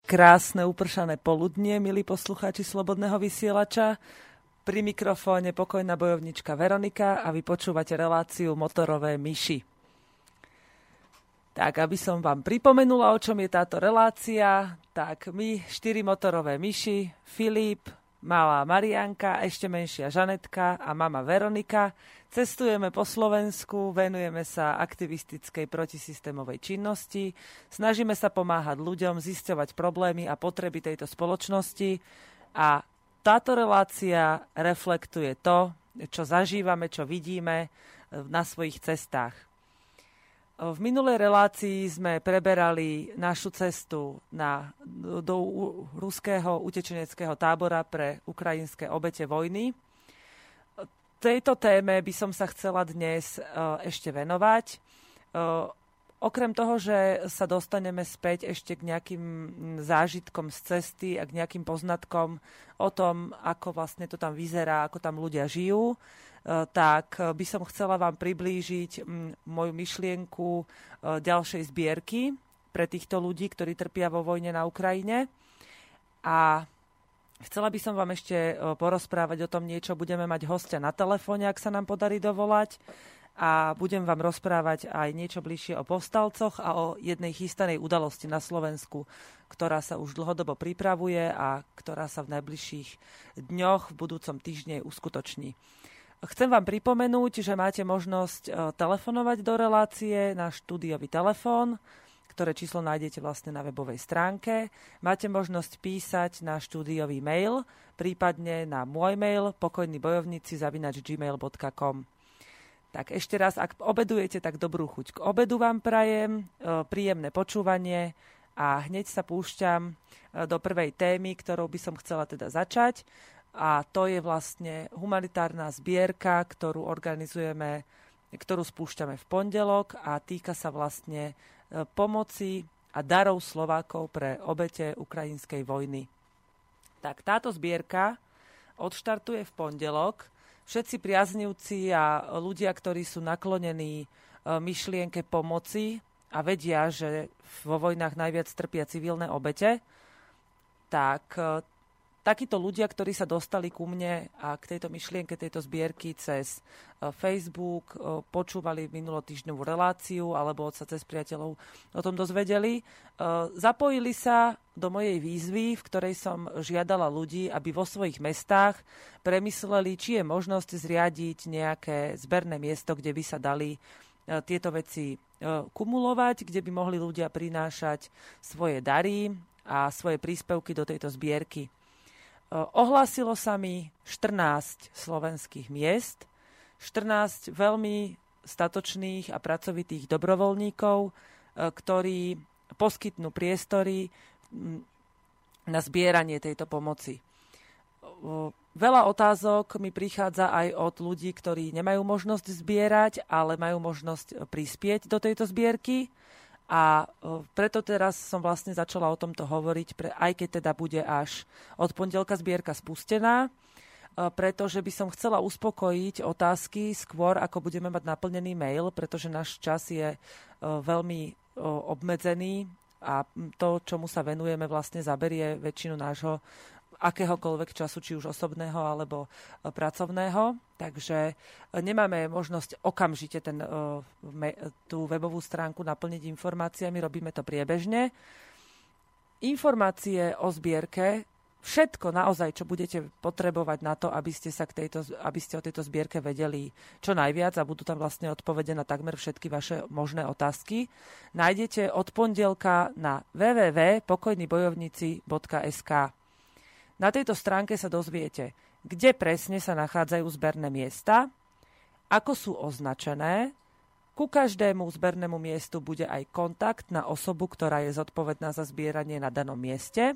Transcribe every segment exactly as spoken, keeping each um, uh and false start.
Krásne upršané poludnie, milí poslucháči Slobodného vysielača. Pri mikrofóne pokojná bojovnička Veronika a vy počúvate reláciu Motorové myši. Tak, aby som vám pripomenula, o čom je táto relácia, tak my, štyri motorové myši, Filip, malá Marianka, ešte menšia Žanetka a mama Veronika, cestujeme po Slovensku, venujeme sa aktivistickej protisystémovej činnosti, snažíme sa pomáhať ľuďom zisťovať problémy a potreby tejto spoločnosti a táto relácia reflektuje to, čo zažívame, čo vidíme na svojich cestách. V minulej relácii sme preberali našu cestu na, do ruského utečeneckého tábora pre ukrajinské obete vojny. Tejto téme by som sa chcela dnes ešte venovať. Okrem toho, že sa dostaneme späť ešte k nejakým zážitkom z cesty a k nejakým poznatkom o tom, ako vlastne to tam vyzerá, ako tam ľudia žijú, tak by som chcela vám priblížiť moju myšlienku ďalšej zbierky pre týchto ľudí, ktorí trpia vo vojne na Ukrajine. A chcela by som vám ešte porozprávať o tom niečo. Budeme mať hostia na telefóne, ak sa nám podarí dovolať. A budem vám rozprávať aj niečo bližšie o povstalcoch a o jednej chystanej udalosti na Slovensku, ktorá sa už dlhodobo pripravuje a ktorá sa v najbližších dňoch v budúcom týždni uskutoční. Chcem vám pripomenúť, že máte možnosť telefonovať do relácie na štúdiový telefón, ktoré číslo nájdete vlastne na webovej stránke. Máte možnosť písať na štúdiový mail, prípadne na môj mail pokojnybojovníci zavináč gmail bodka com. Tak ešte raz, ak obedujete, tak dobrú chuť k obedu vám prajem, príjemné počúvanie a hneď sa púšťam do prvej témy, ktorou by som chcela teda začať. A to je vlastne humanitárna zbierka, ktorú organizujeme, ktorú spúšťame v pondelok a týka sa vlastne pomoci a darov Slovákov pre obete ukrajinskej vojny. Tak táto zbierka odštartuje v pondelok. Všetci priaznivci a ľudia, ktorí sú naklonení myšlienke pomoci a vedia, že vo vojnách najviac trpia civilné obete, tak takíto ľudia, ktorí sa dostali ku mne a k tejto myšlienke, tejto zbierky cez Facebook, počúvali minulotýždňovú reláciu alebo sa cez priateľov o tom dozvedeli, zapojili sa do mojej výzvy, v ktorej som žiadala ľudí, aby vo svojich mestách premysleli, či je možnosť zriadiť nejaké zberné miesto, kde by sa dali tieto veci kumulovať, kde by mohli ľudia prinášať svoje dary a svoje príspevky do tejto zbierky. Ohlásilo sa mi štrnásť slovenských miest, štrnásť veľmi statočných a pracovitých dobrovoľníkov, ktorí poskytnú priestory na zbieranie tejto pomoci. Veľa otázok mi prichádza aj od ľudí, ktorí nemajú možnosť zbierať, ale majú možnosť prispieť do tejto zbierky. A preto teraz som vlastne začala o tomto hovoriť, pre, aj keď teda bude až od pondelka zbierka spustená, pretože by som chcela uspokojiť otázky skôr, ako budeme mať naplnený mail, pretože náš čas je veľmi obmedzený a to, čomu sa venujeme, vlastne zaberie väčšinu nášho akéhokoľvek času, či už osobného alebo pracovného. Takže nemáme možnosť okamžite ten, tú webovú stránku naplniť informáciami, robíme to priebežne. Informácie o zbierke, všetko naozaj, čo budete potrebovať na to, aby ste, sa k tejto, aby ste o tejto zbierke vedeli čo najviac a budú tam vlastne odpovede na takmer všetky vaše možné otázky, nájdete od pondelka na w w w bodka pokojnybojovníci bodka es ká. Na tejto stránke sa dozviete, kde presne sa nachádzajú zberné miesta, ako sú označené. Ku každému zbernému miestu bude aj kontakt na osobu, ktorá je zodpovedná za zbieranie na danom mieste.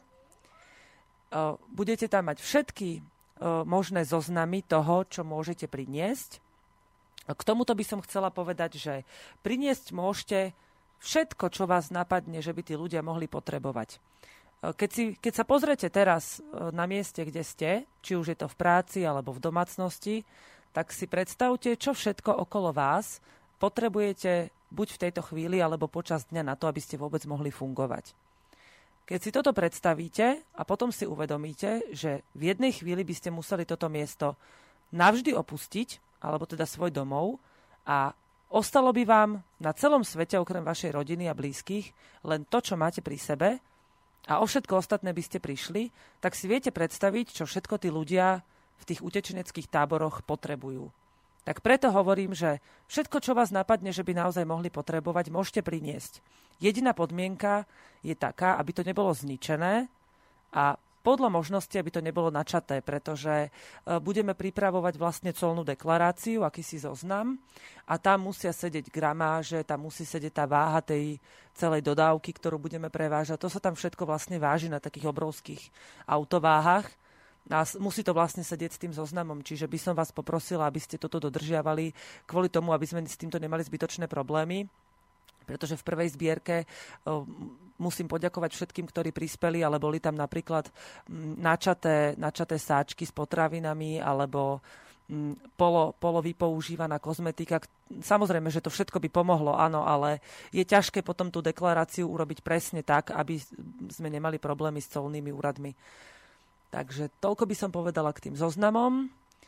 Budete tam mať všetky možné zoznamy toho, čo môžete priniesť. K tomuto by som chcela povedať, že priniesť môžete všetko, čo vás napadne, že by tí ľudia mohli potrebovať. Keď, si, keď sa pozriete teraz na mieste, kde ste, či už je to v práci alebo v domácnosti, tak si predstavte, čo všetko okolo vás potrebujete buď v tejto chvíli, alebo počas dňa na to, aby ste vôbec mohli fungovať. Keď si toto predstavíte a potom si uvedomíte, že v jednej chvíli by ste museli toto miesto navždy opustiť, alebo teda svoj domov, a ostalo by vám na celom svete, okrem vašej rodiny a blízkych, len to, čo máte pri sebe, a o všetko ostatné by ste prišli, tak si viete predstaviť, čo všetko tí ľudia v tých utečeneckých táboroch potrebujú. Tak preto hovorím, že všetko, čo vás napadne, že by naozaj mohli potrebovať, môžete priniesť. Jediná podmienka je taká, aby to nebolo zničené a podľa možnosti, aby to nebolo načaté, pretože budeme pripravovať vlastne colnú deklaráciu, akýsi zoznam, a tam musia sedieť gramáže, tam musí sedieť tá váha tej celej dodávky, ktorú budeme prevážať. To sa tam všetko vlastne váži na takých obrovských autováhach. A musí to vlastne sedieť s tým zoznamom, čiže by som vás poprosila, aby ste toto dodržiavali kvôli tomu, aby sme s týmto nemali zbytočné problémy, pretože v prvej zbierke o, musím poďakovať všetkým, ktorí prispeli, ale boli tam napríklad m, načaté, načaté sáčky s potravinami alebo m, polo, polo vypoužívaná kozmetika. Samozrejme, že to všetko by pomohlo, áno, ale je ťažké potom tú deklaráciu urobiť presne tak, aby sme nemali problémy s colnými úradmi. Takže toľko by som povedala k tým zoznamom.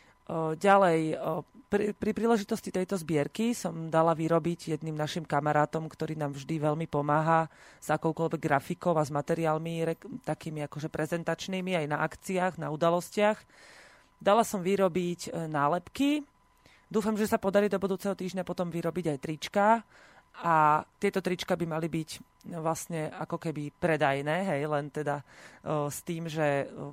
Ďalej, pri, pri príležitosti tejto zbierky som dala vyrobiť jedným našim kamarátom, ktorý nám vždy veľmi pomáha s akoukoľvek grafikou a s materiálmi takými akože prezentačnými aj na akciách, na udalostiach. Dala som vyrobiť nálepky. Dúfam, že sa podarí do budúceho týždňa potom vyrobiť aj trička. A tieto trička by mali byť vlastne ako keby predajné, hej, len teda o, s tým, že o,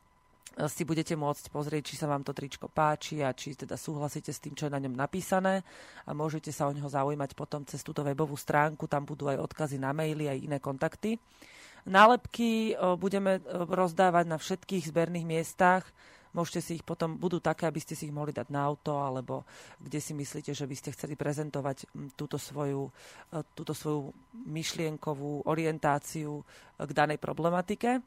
si budete môcť pozrieť, či sa vám to tričko páči a či teda súhlasíte s tým, čo je na ňom napísané, a môžete sa o neho zaujímať potom cez túto webovú stránku, tam budú aj odkazy na maily a iné kontakty. Nálepky o, budeme rozdávať na všetkých zberných miestach. Môžete si ich potom, budú také, aby ste si ich mohli dať na auto, alebo kde si myslíte, že by ste chceli prezentovať túto svoju, túto svoju myšlienkovú orientáciu k danej problematike.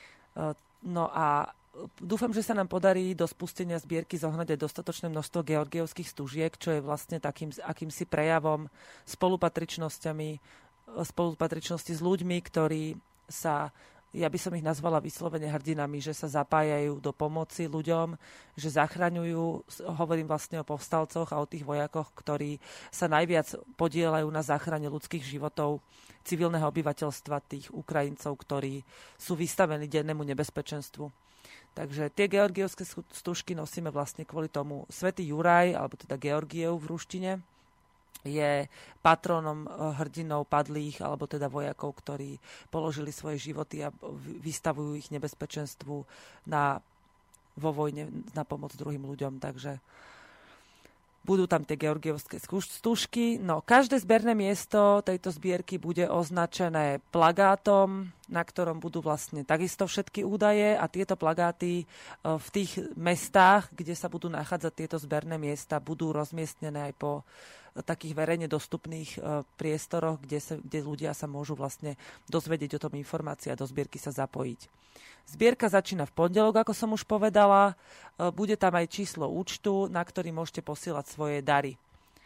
No a dúfam, že sa nám podarí do spustenia zbierky zohnať aj dostatočné množstvo georgievských stužiek, čo je vlastne takým akýmsi prejavom spolupatričnosťami, spolupatričnosti s ľuďmi, ktorí sa, ja by som ich nazvala vyslovene hrdinami, že sa zapájajú do pomoci ľuďom, že zachraňujú, hovorím vlastne o povstalcoch a o tých vojakoch, ktorí sa najviac podieľajú na záchrane ľudských životov civilného obyvateľstva, tých Ukrajincov, ktorí sú vystavení dennému nebezpečenstvu. Takže tie georgievské stužky nosíme vlastne kvôli tomu. Svätý Juraj, alebo teda Georgiev v ruštine, je patronom hrdinov padlých, alebo teda vojakov, ktorí položili svoje životy a vystavujú ich nebezpečenstvu na, vo vojne na pomoc druhým ľuďom. Takže budú tam tie georgievské stužky. No, každé zberné miesto tejto zbierky bude označené plagátom, na ktorom budú vlastne takisto všetky údaje, a tieto plagáty v tých mestách, kde sa budú nachádzať tieto zberné miesta, budú rozmiestnené aj po takých verejne dostupných priestoroch, kde, sa, kde ľudia sa môžu vlastne dozvedieť o tom informácie a do zbierky sa zapojiť. Zbierka začína v pondelok, ako som už povedala. Bude tam aj číslo účtu, na ktorý môžete posielať svoje dary.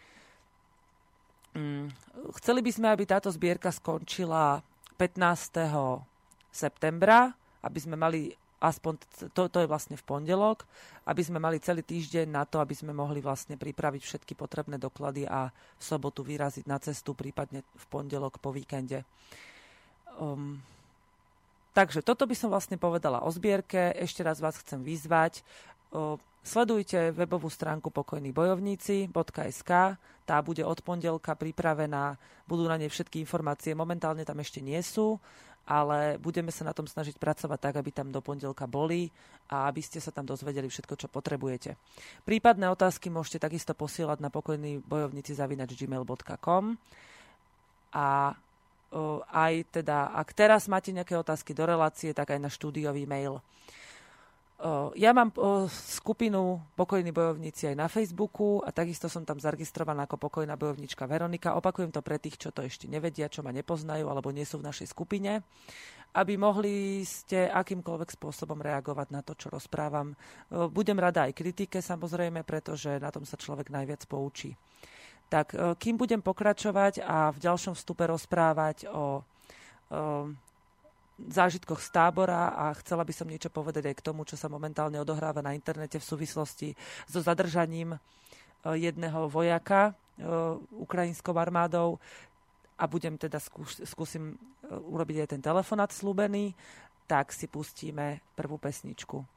Chceli by sme, aby táto zbierka skončila pätnásteho septembra, aby sme mali aspoň, to, to je vlastne v pondelok, aby sme mali celý týždeň na to, aby sme mohli vlastne pripraviť všetky potrebné doklady a v sobotu vyraziť na cestu, prípadne v pondelok po víkende. Um, takže toto by som vlastne povedala o zbierke. Ešte raz vás chcem vyzvať. Um, sledujte webovú stránku pokojní bojovníci bodka es ká. Tá bude od pondelka pripravená. Budú na nej všetky informácie. Momentálne tam ešte nie sú, ale budeme sa na tom snažiť pracovať tak, aby tam do pondelka boli a aby ste sa tam dozvedeli všetko, čo potrebujete. Prípadné otázky môžete takisto posielať na pokojní bojovníci zavináč gmail bodka com a o, aj teda, ak teraz máte nejaké otázky do relácie, tak aj na štúdiový mail. O, ja mám o, skupinu Pokojní bojovníci aj na Facebooku a takisto som tam zaregistrovaná ako pokojná bojovnička Veronika. Opakujem to pre tých, čo to ešte nevedia, čo ma nepoznajú alebo nie sú v našej skupine, aby mohli ste akýmkoľvek spôsobom reagovať na to, čo rozprávam. O, budem rada aj kritike, samozrejme, pretože na tom sa človek najviac poučí. Tak, o, kým budem pokračovať a v ďalšom vstupe rozprávať o... o zážitkoch z tábora a chcela by som niečo povedať aj k tomu, čo sa momentálne odohráva na internete v súvislosti so zadržaním jedného vojaka ukrajinskou armádou a budem teda skúš, skúsim urobiť aj ten telefonát slúbený, tak si pustíme prvú pesničku.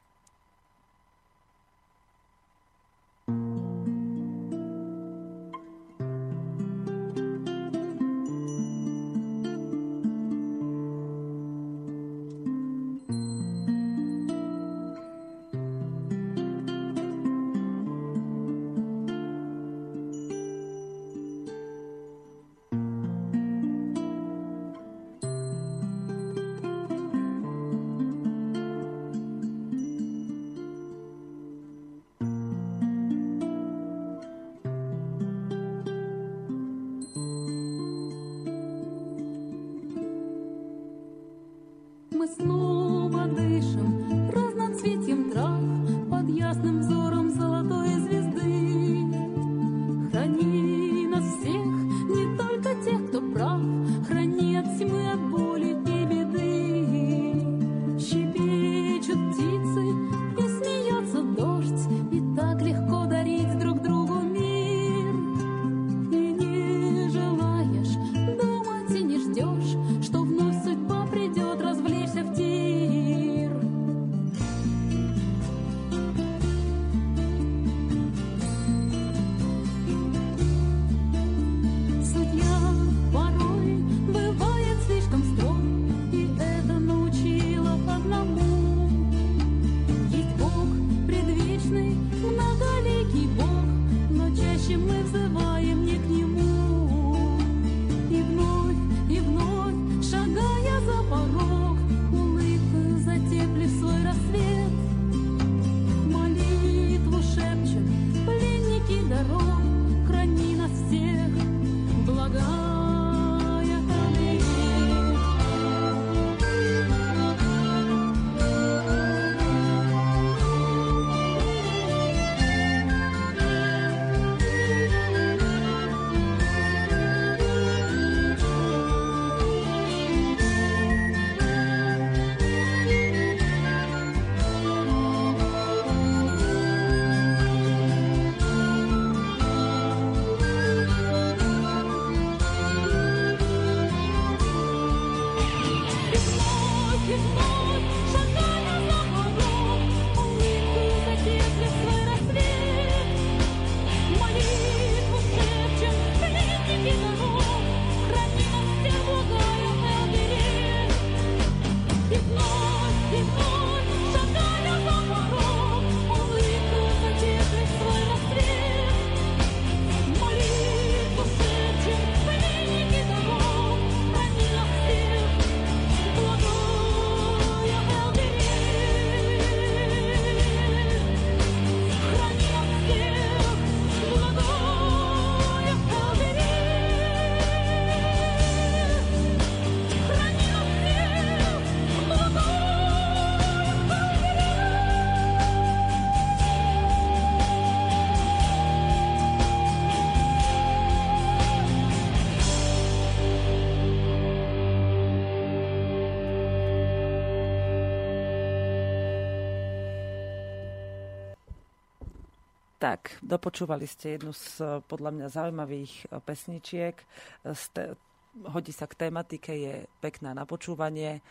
Tak, dopočúvali ste jednu z podľa mňa zaujímavých pesničiek. Ste, hodí sa k tematike, je pekná na počúvanie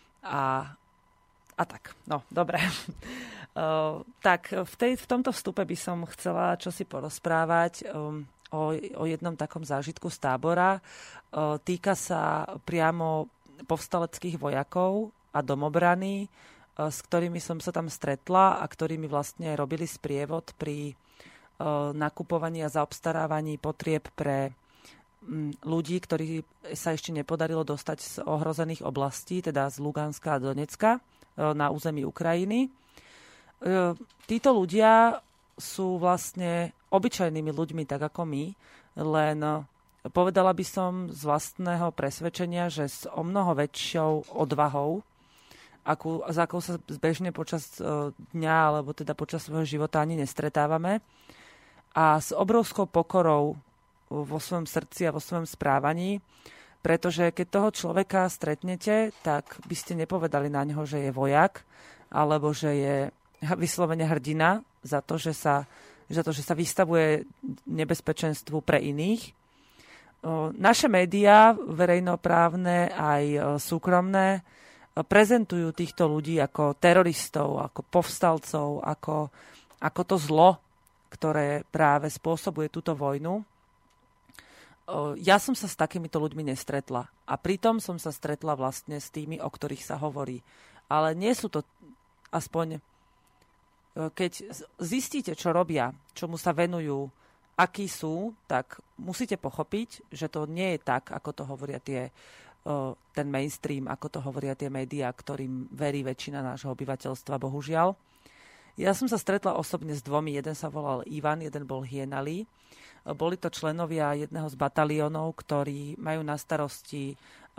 a, a tak. No, dobre. Uh, tak, v, tej, v tomto vstupe by som chcela čosi porozprávať um, o, o jednom takom zážitku z tábora. Uh, týka sa priamo povstaleckých vojakov a domobrany, s ktorými som sa tam stretla a ktorí mi vlastne robili sprievod pri uh, nakupovaní a zaobstarávaní potrieb pre um, ľudí, ktorí sa ešte nepodarilo dostať z ohrozených oblastí, teda z Luganska a Donecka uh, na území Ukrajiny. Uh, títo ľudia sú vlastne obyčajnými ľuďmi, tak ako my, len uh, povedala by som z vlastného presvedčenia, že s o mnoho väčšou odvahou, Akú, za akou sa zbežne počas uh, dňa alebo teda počas svojho života ani nestretávame. A s obrovskou pokorou vo svojom srdci a vo svojom správaní Pretože keď toho človeka stretnete, tak by ste nepovedali na neho, že je vojak, alebo že je vyslovene hrdina za to, že sa, za to, že sa vystavuje nebezpečenstvu pre iných. Naše médiá, verejnoprávne aj súkromné, prezentujú týchto ľudí ako teroristov, ako povstalcov, ako, ako to zlo, ktoré práve spôsobuje túto vojnu. Ja som sa s takýmito ľuďmi nestretla. A pritom som sa stretla vlastne s tými, o ktorých sa hovorí. Ale nie sú to aspoň, keď zistíte, čo robia, čomu sa venujú, akí sú, tak musíte pochopiť, že to nie je tak, ako to hovoria tie, ten mainstream, ako to hovoria tie médiá, ktorým verí väčšina nášho obyvateľstva, bohužiaľ. Ja som sa stretla osobne s dvomi. Jeden sa volal Ivan, jeden bol Hienali. Boli to členovia jedného z bataliónov, ktorí majú na starosti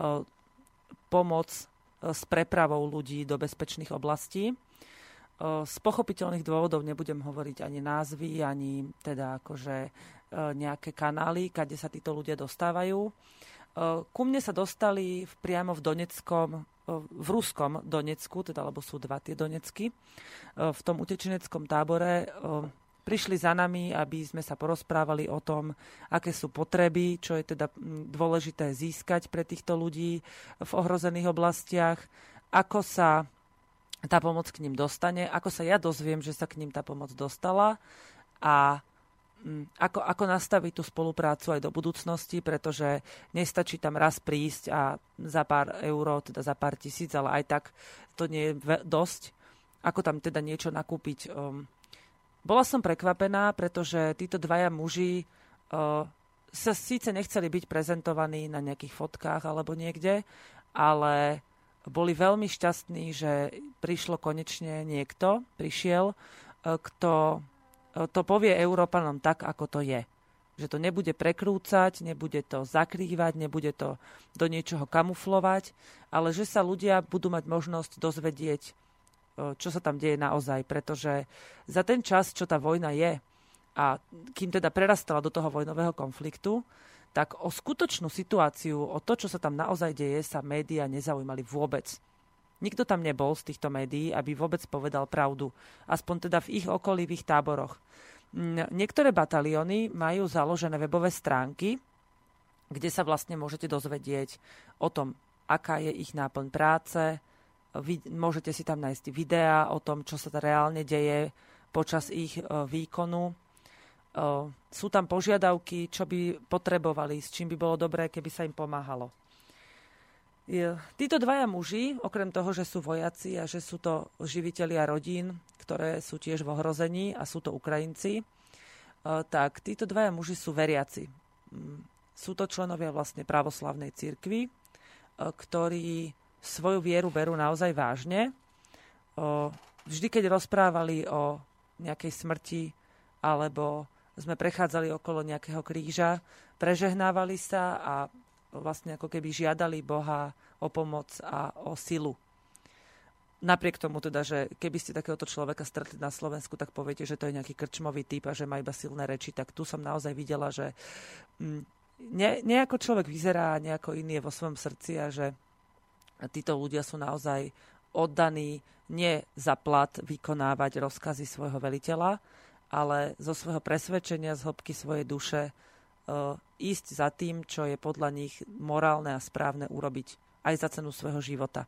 pomoc s prepravou ľudí do bezpečných oblastí. Z pochopiteľných dôvodov nebudem hovoriť ani názvy, ani teda akože nejaké kanály, kade sa títo ľudia dostávajú. Ku mne sa dostali priamo v Doneckom, v ruskom Donecku, teda, lebo sú dva tie Donecky, v tom utečeneckom tábore. Prišli za nami, aby sme sa porozprávali o tom, aké sú potreby, čo je teda dôležité získať pre týchto ľudí v ohrozených oblastiach, ako sa tá pomoc k ním dostane, ako sa ja dozviem, že sa k ním tá pomoc dostala a ako, ako nastaviť tú spoluprácu aj do budúcnosti, pretože nestačí tam raz prísť a za pár eur, teda za pár tisíc, ale aj tak to nie je dosť. Ako tam teda niečo nakúpiť. Bola som prekvapená, pretože títo dvaja muži uh, sa síce nechceli byť prezentovaní na nejakých fotkách alebo niekde, ale boli veľmi šťastní, že prišlo konečne niekto, prišiel, uh, kto uh, to povie Európanom tak, ako to je. Že to nebude prekrúcať, nebude to zakrývať, nebude to do niečoho kamuflovať, ale že sa ľudia budú mať možnosť dozvedieť, čo sa tam deje naozaj, pretože za ten čas, čo tá vojna je a kým teda prerastala do toho vojnového konfliktu, tak o skutočnú situáciu, o to, čo sa tam naozaj deje, sa médiá nezaujímali vôbec. Nikto tam nebol z týchto médií, aby vôbec povedal pravdu, aspoň teda v ich okolivých táboroch. Niektoré batalióny majú založené webové stránky, kde sa vlastne môžete dozvedieť o tom, aká je ich náplň práce. Vy, môžete si tam nájsť videá o tom, čo sa reálne deje počas ich e, výkonu. E, sú tam požiadavky, čo by potrebovali, s čím by bolo dobré, keby sa im pomáhalo. E, títo dvaja muži, okrem toho, že sú vojaci a že sú to živitelia rodín, ktoré sú tiež v ohrození a sú to Ukrajinci, e, tak títo dvaja muži sú veriaci. Sú to členovia vlastne pravoslavnej cirkvi, e, ktorí svoju vieru berú naozaj vážne. Vždy, keď rozprávali o nejakej smrti alebo sme prechádzali okolo nejakého kríža, prežehnávali sa a vlastne ako keby žiadali Boha o pomoc a o silu. Napriek tomu teda, že keby ste takéhoto človeka stretli na Slovensku, tak poviete, že to je nejaký krčmový typ a že má iba silné reči, tak tu som naozaj videla, že ne, nejako človek vyzerá, nejako iný je vo svojom srdci a že títo ľudia sú naozaj oddaní nie za plat vykonávať rozkazy svojho veliteľa, ale zo svojho presvedčenia, z hĺbky svojej duše e, ísť za tým, čo je podľa nich morálne a správne urobiť aj za cenu svojho života. E,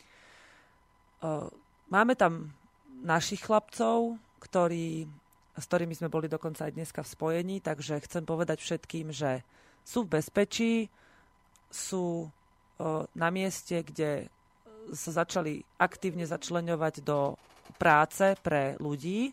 máme tam našich chlapcov, ktorí, s ktorými sme boli dokonca aj dneska v spojení, takže chcem povedať všetkým, že sú v bezpečí, sú na mieste, kde sa začali aktívne začleňovať do práce pre ľudí.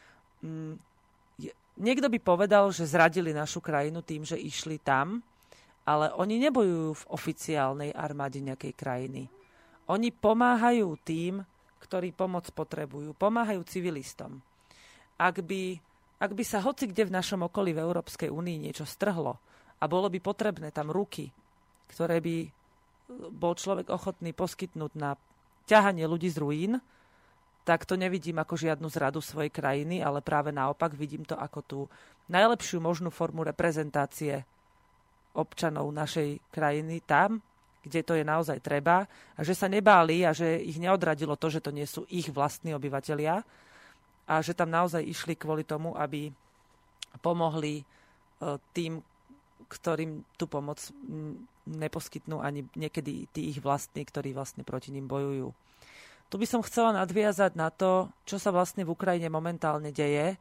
Niekto by povedal, že zradili našu krajinu tým, že išli tam, ale oni nebojujú v oficiálnej armáde nejakej krajiny. Oni pomáhajú tým, ktorí pomoc potrebujú. Pomáhajú civilistom. Ak by, ak by sa hoci kde v našom okolí v Európskej únii niečo strhlo a bolo by potrebné tam ruky, ktoré by bol človek ochotný poskytnúť na ťahanie ľudí z ruín, tak to nevidím ako žiadnu zradu svojej krajiny, ale práve naopak vidím to ako tú najlepšiu možnú formu reprezentácie občanov našej krajiny tam, kde to je naozaj treba a že sa nebáli a že ich neodradilo to, že to nie sú ich vlastní obyvatelia a že tam naozaj išli kvôli tomu, aby pomohli tým, ktorým tú pomoc neposkytnú ani niekedy tí ich vlastní, ktorí vlastne proti ním bojujú. Tu by som chcela nadviazať na to, čo sa vlastne v Ukrajine momentálne deje.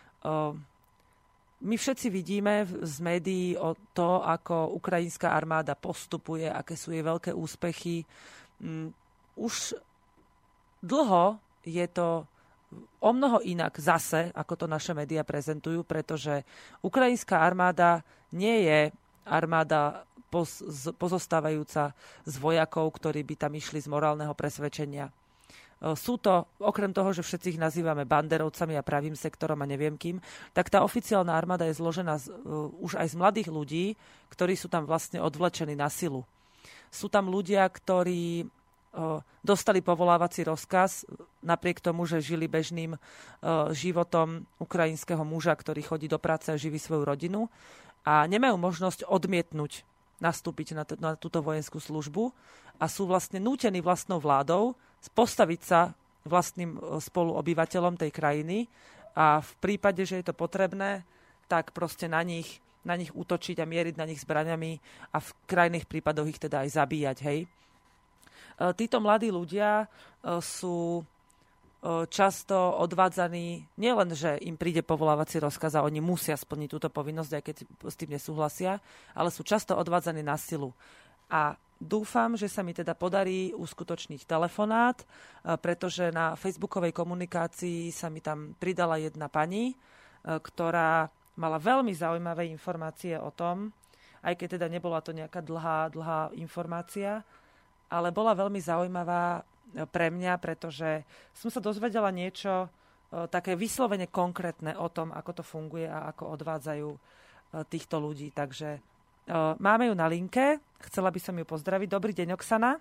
My všetci vidíme z médií o to, ako ukrajinská armáda postupuje, aké sú jej veľké úspechy. Už dlho je to o mnoho inak zase, ako to naše médiá prezentujú, pretože ukrajinská armáda nie je armáda pozostávajúca z vojakov, ktorí by tam išli z morálneho presvedčenia. Sú to, okrem toho, že všetci ich nazývame banderovcami a pravým sektorom a neviem kým, tak tá oficiálna armáda je zložená z, uh, už aj z mladých ľudí, ktorí sú tam vlastne odvlečení na silu. Sú tam ľudia, ktorí uh, dostali povolávací rozkaz napriek tomu, že žili bežným uh, životom ukrajinského muža, ktorý chodí do práce a živí svoju rodinu a nemajú možnosť odmietnúť nastúpiť na, t- na túto vojenskú službu a sú vlastne nútení vlastnou vládou postaviť sa vlastným spoluobyvateľom tej krajiny a v prípade, že je to potrebné, tak proste na nich, na nich útočiť a mieriť na nich zbraňami a v krajných prípadoch ich teda aj zabíjať. Hej. Títo mladí ľudia sú často odvádzaní, nielen, že im príde povolávací rozkaz a oni musia splniť túto povinnosť, aj keď s tým nesúhlasia, ale sú často odvádzaní na silu. A dúfam, že sa mi teda podarí uskutočniť telefonát, pretože na facebookovej komunikácii sa mi tam pridala jedna pani, ktorá mala veľmi zaujímavé informácie o tom, aj keď teda nebola to nejaká dlhá, dlhá informácia, ale bola veľmi zaujímavá pre mňa, pretože som sa dozvedela niečo také vyslovene konkrétne o tom, ako to funguje a ako odvádzajú týchto ľudí. Takže máme ju na linke. Chcela by som ju pozdraviť. Dobrý deň, Oksana.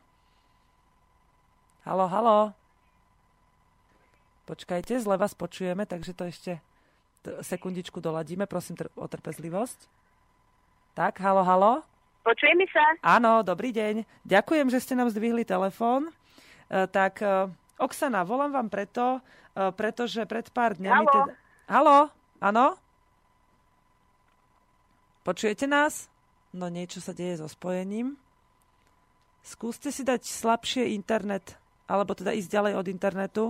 Haló, haló. Počkajte, zle vás počujeme, takže to ešte sekundičku doladíme. Prosím o trpezlivosť. Tak, haló, haló. Počujeme sa? Áno, dobrý deň. Ďakujem, že ste nám zdvihli telefón. E, tak, e, Oksana, volám vám preto, e, pretože pred pár dňami... Haló. Teda... Haló, áno? Počujete nás? No niečo sa deje so spojením. Skúste si dať slabšie internet, alebo teda ísť ďalej od internetu.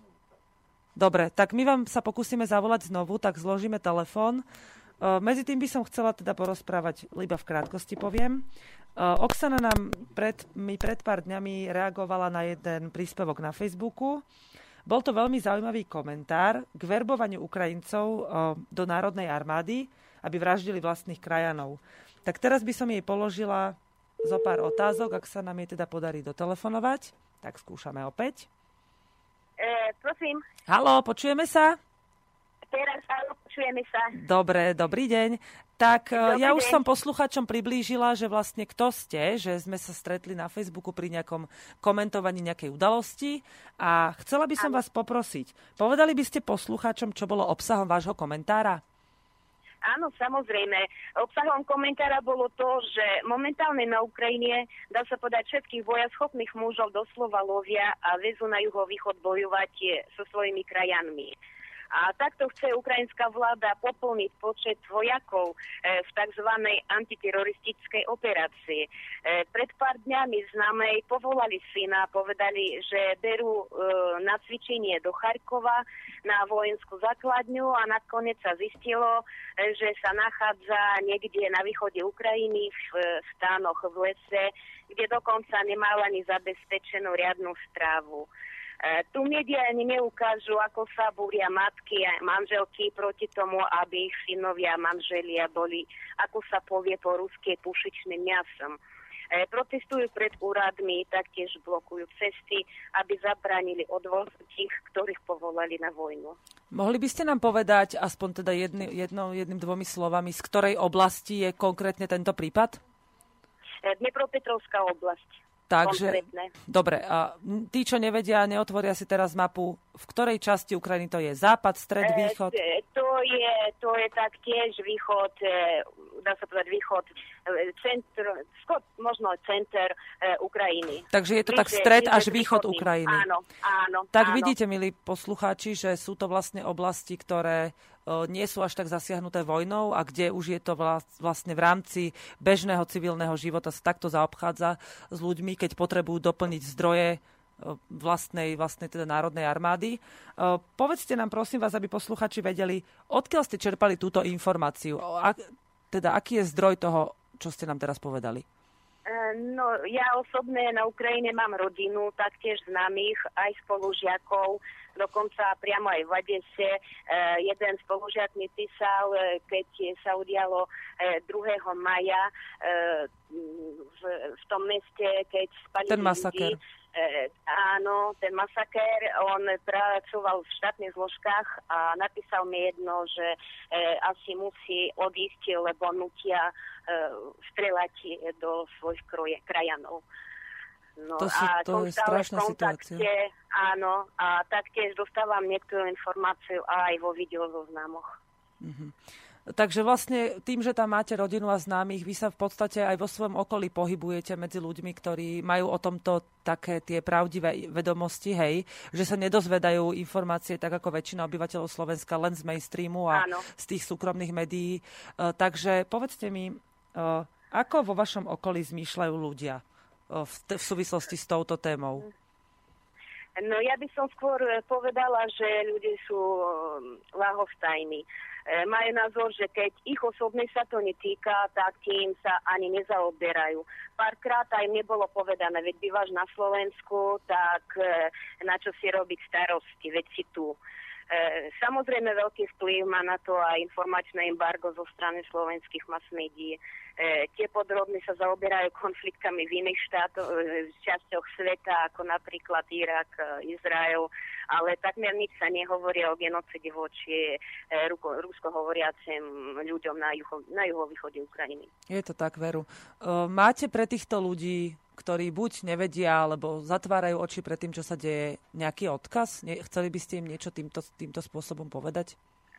Dobre, tak my vám sa pokúsime zavolať znovu, tak zložíme telefón. Medzi tým by som chcela teda porozprávať, iba v krátkosti poviem. Oksana nám pred, mi pred pár dňami reagovala na jeden príspevok na Facebooku. Bol to veľmi zaujímavý komentár k verbovaniu Ukrajincov do Národnej armády, aby vraždili vlastných krajanov. Tak teraz by som jej položila zo pár otázok, ak sa nám jej teda podarí dotelefonovať. Tak skúšame opäť. E, prosím. Haló, počujeme sa? Teraz áno, počujeme sa. Dobre, dobrý deň. Tak dobrý ja deň. už som posluchačom priblížila, že vlastne kto ste, že sme sa stretli na Facebooku pri nejakom komentovaní nejakej udalosti a chcela by som áno. vás poprosiť. Povedali by ste posluchačom, čo bolo obsahom vášho komentára? Áno, samozrejme. Obsahom komentára bolo to, že momentálne na Ukrajine, dá sa povedať, všetkých bojaschopných mužov doslova lovia a vezú na juhovýchod bojovať so svojimi krajanmi. A takto chce ukrajinská vláda poplniť počet vojakov v tzv. Antiteroristickej operácii. Pred pár dňami známej povolali syna, povedali, že berú na cvičenie do Charkova na vojenskú základňu a nakoniec sa zistilo, že sa nachádza niekde na východe Ukrajiny v stánoch v lese, kde dokonca nemal ani zabezpečenú riadnu strávu. Tu médiá ani neukážu, ako sa búria matky a manželky proti tomu, aby ich synovia a manželia boli, ako sa povie po rusky, pušičným miasom. Protestujú pred úradmi, taktiež blokujú cesty, aby zabránili odvoz tých, ktorých povolali na vojnu. Mohli by ste nám povedať, aspoň teda jedny, jedno, jedným dvomi slovami, z ktorej oblasti je konkrétne tento prípad? Dnepropetrovská oblasť. Takže, konkrétne. Dobre, a tí, čo nevedia, neotvoria si teraz mapu, v ktorej časti Ukrajiny to je? Západ, stred, východ? E, to, je, to je taktiež východ, e, dá sa povedať, východ, centr, skôr možno center e, Ukrajiny. Takže je to tak stred až východ Ukrajiny. Áno, áno. Tak áno. vidíte, milí poslucháči, že sú to vlastne oblasti, ktoré nie sú až tak zasiahnuté vojnou a kde už je to vlastne v rámci bežného civilného života sa takto zaobchádza s ľuďmi, keď potrebujú doplniť zdroje vlastnej, vlastnej teda národnej armády. Povedzte nám, prosím vás, aby posluchači vedeli, odkiaľ ste čerpali túto informáciu. Teda, aký je zdroj toho, čo ste nám teraz povedali? No, ja osobne na Ukrajine mám rodinu, taktiež známych, aj spolužiakov, dokonca priamo aj v Odese. E, jeden spolužiak mi písal, keď sa udialo e, druhého maja e, v, v tom meste, keď spalili ten masaker. ľudí. E, áno, ten masaker, on pracoval v štátnych zložkách a napísal mi jedno, že e, asi musí odísť, lebo nutia e, strelať do svojich kroje, krajanov. No, to, sú, a to je strašná situácia. Áno, a taktiež dostávam niektorú informáciu aj vo videozoznamoch. Mhm. Takže vlastne tým, že tam máte rodinu a známych, vy sa v podstate aj vo svojom okolí pohybujete medzi ľuďmi, ktorí majú o tomto také tie pravdivé vedomosti, hej, že sa nedozvedajú informácie tak ako väčšina obyvateľov Slovenska len z mainstreamu a Áno. z tých súkromných médií. Uh, takže povedzte mi, uh, ako vo vašom okolí zmýšľajú ľudia uh, v, t- v súvislosti s touto témou? No ja by som skôr povedala, že ľudia sú ľahostajní. Majú názor, že keď ich osobne sa to netýka, tak tým sa ani nezaoberajú. Párkrát aj mne bolo povedané, veď bývaš na Slovensku, tak na čo si robiť starosti, veď si tu. Samozrejme veľký vplyv má na to aj informačné embargo zo strany slovenských mass médií. E, tie podrobne sa zaoberajú konfliktami v iných štátoch, v časťoch sveta, ako napríklad Irak, Izrael, ale takmer nič sa nehovorí o genocide voči e, rusko hovoriacim ľuďom na, juho, na juhovýchode Ukrajiny. Je to tak, Veru. E, máte pre týchto ľudí, ktorí buď nevedia, alebo zatvárajú oči pred tým, čo sa deje, nejaký odkaz? Ne, chceli by ste im niečo týmto, týmto spôsobom povedať?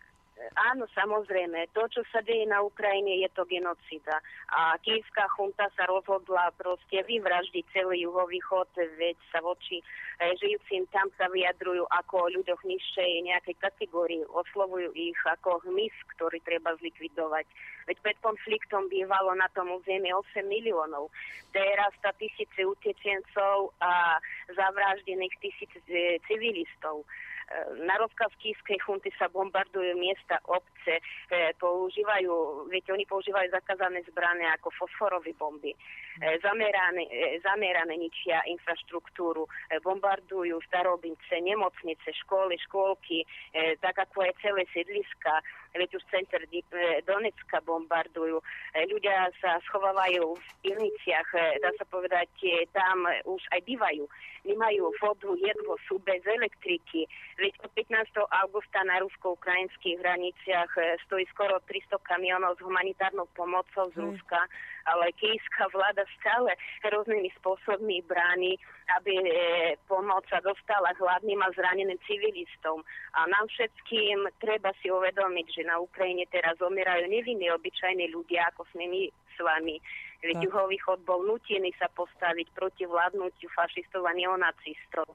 Áno, samozrejme. To, čo sa deje na Ukrajine, je to genocida. A kyjevská chunta sa rozhodla proste vyvraždiť celý juhovýchod, veď sa voči žijúcim tam sa vyjadrujú ako o ľuďoch nižšej nejakej kategórii. Oslovujú ich ako hmyz, ktorý treba zlikvidovať. Veď pred konfliktom bývalo na tom území osem miliónov. Teraz tá tisíce utečencov a zavraždených tisíc civilistov. Na rozkaz kyjevskej chunty sa bombardujú miesta, obce, e, používajú, viete, oni používajú zakázané zbrane ako fosforové bomby. E, zamerané, e, zamerané ničia infraštruktúru, e, bombardujú starobince, nemocnice, školy, škôlky, e, tak ako aj celé sídliska. Veď už center Donecka bombardujú. E, ľudia sa schovávajú v pivniciach, e, dá sa povedať, e, tam už aj bývajú. Nemajú vodu, jedlo, sú bez elektriky. Veď od pätnásteho augusta na rusko-ukrajinských hraniciach stojí skoro tristo kamionov s humanitárnou pomocou z Ruska, ale kyjevská vláda stále rôznymi spôsobmi bráni, aby e, pomoc sa dostala hladným a zraneným civilistom. A nám všetkým treba si uvedomiť, že na Ukrajine teraz zomierajú nevinní obyčajní ľudia, ako sme my s vami. Veď juhovýchod bol nútený sa postaviť proti vládnutiu fašistov a neonacistov.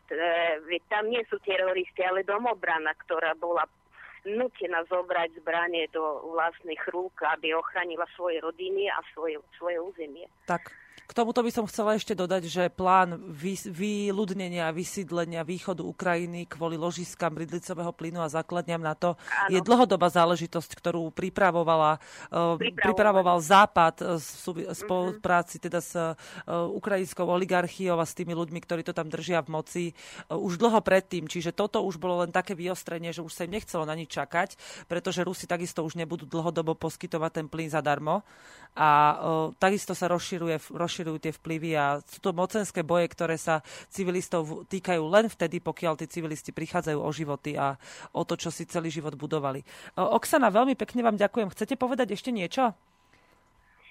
Veď tam nie sú teroristi, ale domobrana, ktorá bola nútená zobrať zbranie do vlastných rúk, aby ochránila svoje rodiny a svoje, svoje územie. Tak. K tomuto by som chcela ešte dodať, že plán vyľudnenia a vysídlenia východu Ukrajiny kvôli ložiskám bridlicového plynu a základňam na to Áno. je dlhodobá záležitosť, ktorú pripravovala, pripravoval Západ v spolupráci teda s ukrajinskou oligarchiou a s tými ľuďmi, ktorí to tam držia v moci už dlho predtým. Čiže toto už bolo len také vyostrenie, že už sa im nechcelo na nič čakať, pretože Rusi takisto už nebudú dlhodobo poskytovať ten plyn zadarmo. A uh, takisto sa rozširuje, rozširujú tie vplyvy a sú to mocenské boje, ktoré sa civilistov týkajú len vtedy, pokiaľ tí civilisti prichádzajú o životy a o to, čo si celý život budovali. Uh, Oksana, veľmi pekne vám ďakujem. Chcete povedať ešte niečo?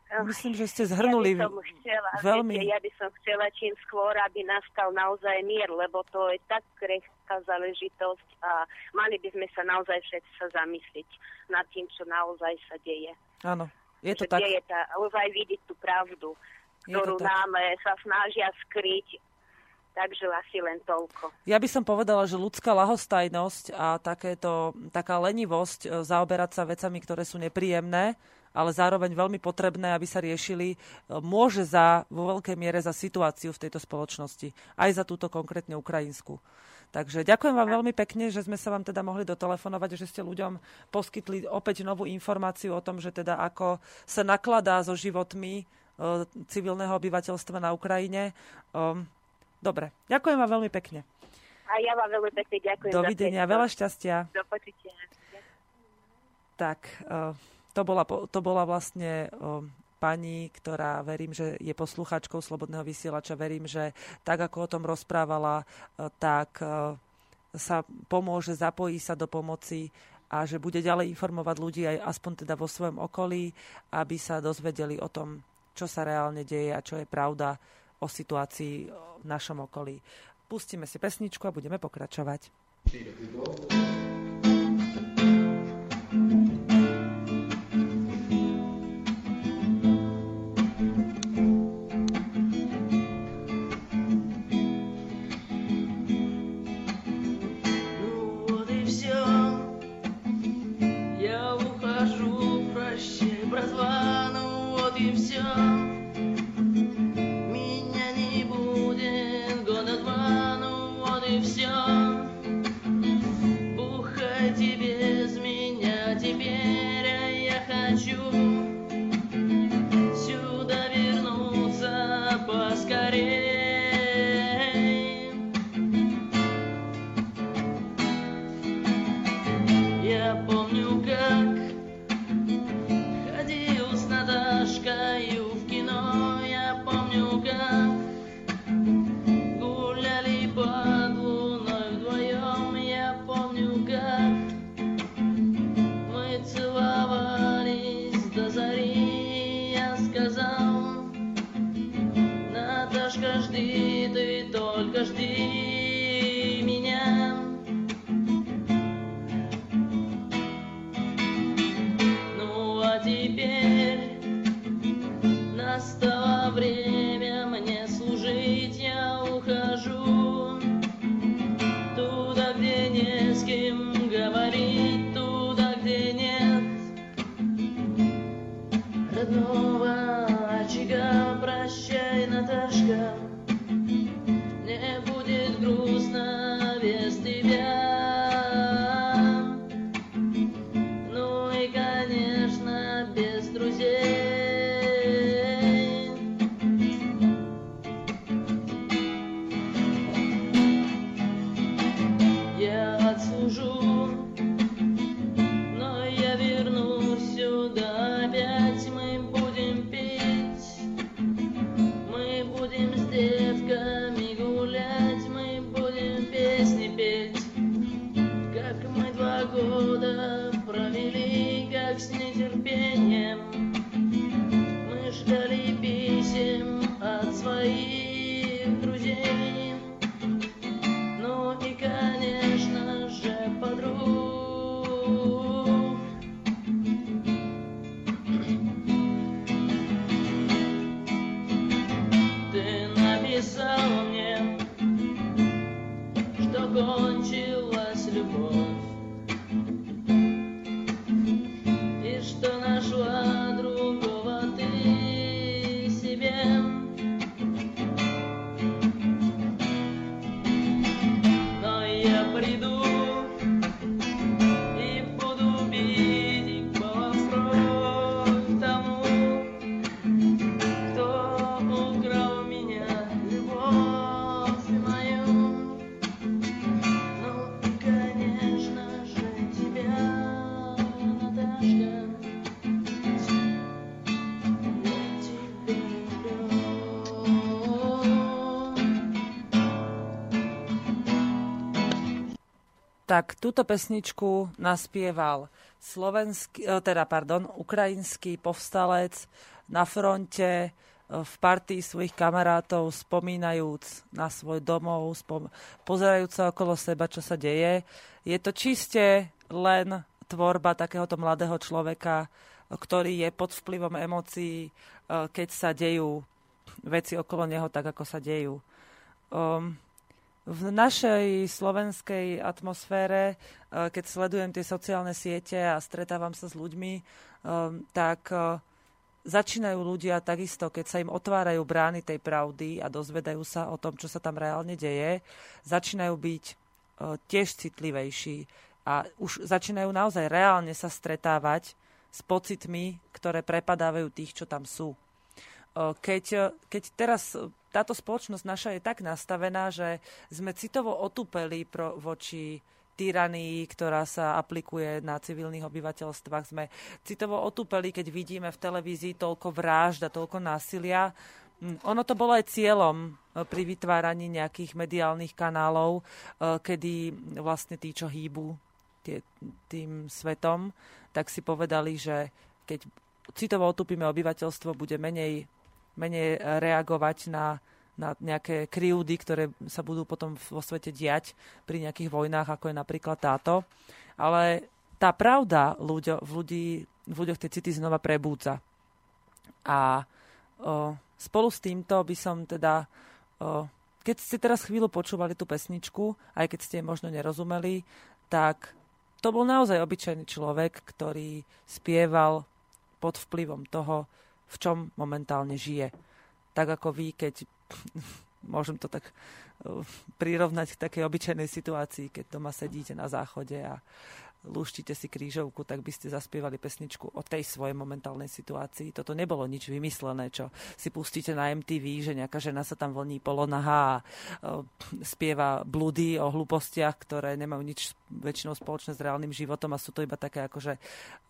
myslím, že ste zhrnuli ja by som chcela, veľmi... Viete, ja by som chcela čím skôr, aby nastal naozaj mier, lebo to je tak krehká záležitosť a mali by sme sa naozaj všetci sa zamyslieť nad tým, čo naozaj sa deje. Áno, je to že tak. Deje tá, naozaj vidieť tú pravdu, ktorú nám sa snažia skryť. Takže asi len toľko. Ja by som povedala, že ľudská ľahostajnosť a takéto, taká lenivosť zaoberať sa vecami, ktoré sú nepríjemné, ale zároveň veľmi potrebné, aby sa riešili, môže za, vo veľkej miere za situáciu v tejto spoločnosti. Aj za túto konkrétne ukrajinskú. Takže ďakujem vám veľmi pekne, že sme sa vám teda mohli dotelefonovať, že ste ľuďom poskytli opäť novú informáciu o tom, že teda ako sa nakladá so životmi civilného obyvateľstva na Ukrajine. Dobre, ďakujem vám veľmi pekne. A ja vám veľmi pekne ďakujem. Dovidenia, veľa šťastia. Do počutia. Tak, to bola, to bola vlastne pani, ktorá verím, že je poslucháčkou Slobodného vysielača. Verím, že tak, ako o tom rozprávala, tak sa pomôže, zapojí sa do pomoci a že bude ďalej informovať ľudí aj aspoň teda vo svojom okolí, aby sa dozvedeli o tom, čo sa reálne deje a čo je pravda o situácii v našom okolí. Pustíme si pesničku a budeme pokračovať. Tak túto pesničku naspieval slovenský, teda, pardon, ukrajinský povstalec na fronte, v partii svojich kamarátov, spomínajúc na svoj domov, spom- pozerajúc sa okolo seba, čo sa deje. Je to čiste len tvorba takéhoto mladého človeka, ktorý je pod vplyvom emócií, keď sa dejú veci okolo neho tak, ako sa dejú. Um, v našej slovenskej atmosfére, keď sledujem tie sociálne siete a stretávam sa s ľuďmi, um, tak uh, začínajú ľudia takisto, keď sa im otvárajú brány tej pravdy a dozvedajú sa o tom, čo sa tam reálne deje, začínajú byť uh, tiež citlivejší a už začínajú naozaj reálne sa stretávať s pocitmi, ktoré prepadávajú tých, čo tam sú. Uh, keď, keď teraz táto spoločnosť naša je tak nastavená, že sme citovo otupeli pro, voči tyranii, ktorá sa aplikuje na civilných obyvateľstvách. Sme citovo otúpeli, keď vidíme v televízii toľko vražd a toľko násilia. Ono to bolo aj cieľom pri vytváraní nejakých mediálnych kanálov, kedy vlastne tí, čo hýbu tie, tým svetom, tak si povedali, že keď citovo otúpime obyvateľstvo, bude menej, menej reagovať na na nejaké krivdy, ktoré sa budú potom vo svete diať pri nejakých vojnách, ako je napríklad táto. Ale tá pravda ľuďo, v, ľudí, v ľuďoch tie city znova prebúdza. A o, spolu s týmto by som teda, o, keď ste teraz chvíľu počúvali tú pesničku, aj keď ste možno nerozumeli, tak to bol naozaj obyčajný človek, ktorý spieval pod vplyvom toho, v čom momentálne žije. Tak ako vy, keď môžem to tak prirovnať k takej obyčajnej situácii, keď doma sedíte na záchode a lúštite si krížovku, tak by ste zaspievali pesničku o tej svojej momentálnej situácii. Toto nebolo nič vymyslené, čo si pustíte na em té vé, že nejaká žena sa tam vlní polonahá a spieva bludy o hlúpostiach, ktoré nemajú nič väčšinou spoločné s reálnym životom a sú to iba také akože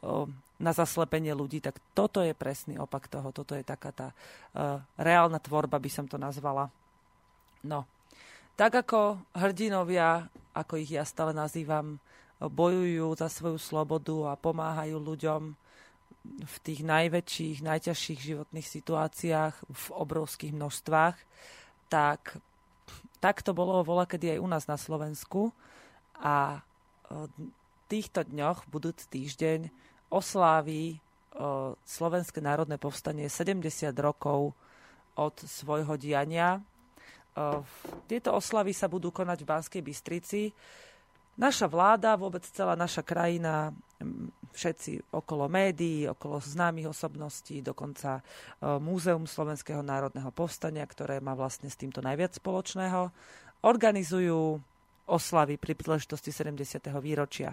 na zaslepenie ľudí. Tak toto je presný opak toho. Toto je taká tá uh, reálna tvorba, by som to nazvala. No. Tak ako hrdinovia, ako ich ja stále nazývam, bojujú za svoju slobodu a pomáhajú ľuďom v tých najväčších, najťažších životných situáciách v obrovských množstvách, tak, tak to bolo voľakedy aj u nás na Slovensku. A v týchto dňoch, budúci týždeň, osláví Slovenské národné povstanie sedemdesiat rokov od svojho diania. Tieto oslavy sa budú konať v Banskej Bystrici. Naša vláda, vôbec celá naša krajina, všetci okolo médií, okolo známych osobností, dokonca Múzeum Slovenského národného povstania, ktoré má vlastne s týmto najviac spoločného, organizujú oslavy pri príležitosti sedemdesiateho výročia.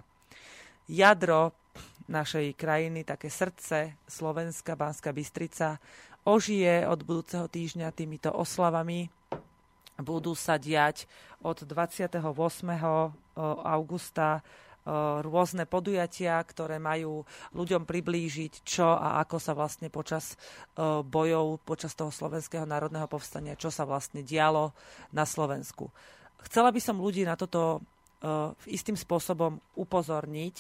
Jadro našej krajiny, také srdce Slovenska, Banská Bystrica, ožije od budúceho týždňa týmito oslavami. Budú sa diať od dvadsiateho ôsmeho augusta rôzne podujatia, ktoré majú ľuďom priblížiť, čo a ako sa vlastne počas bojov, počas toho Slovenského národného povstania, čo sa vlastne dialo na Slovensku. Chcela by som ľudí na toto istým spôsobom upozorniť,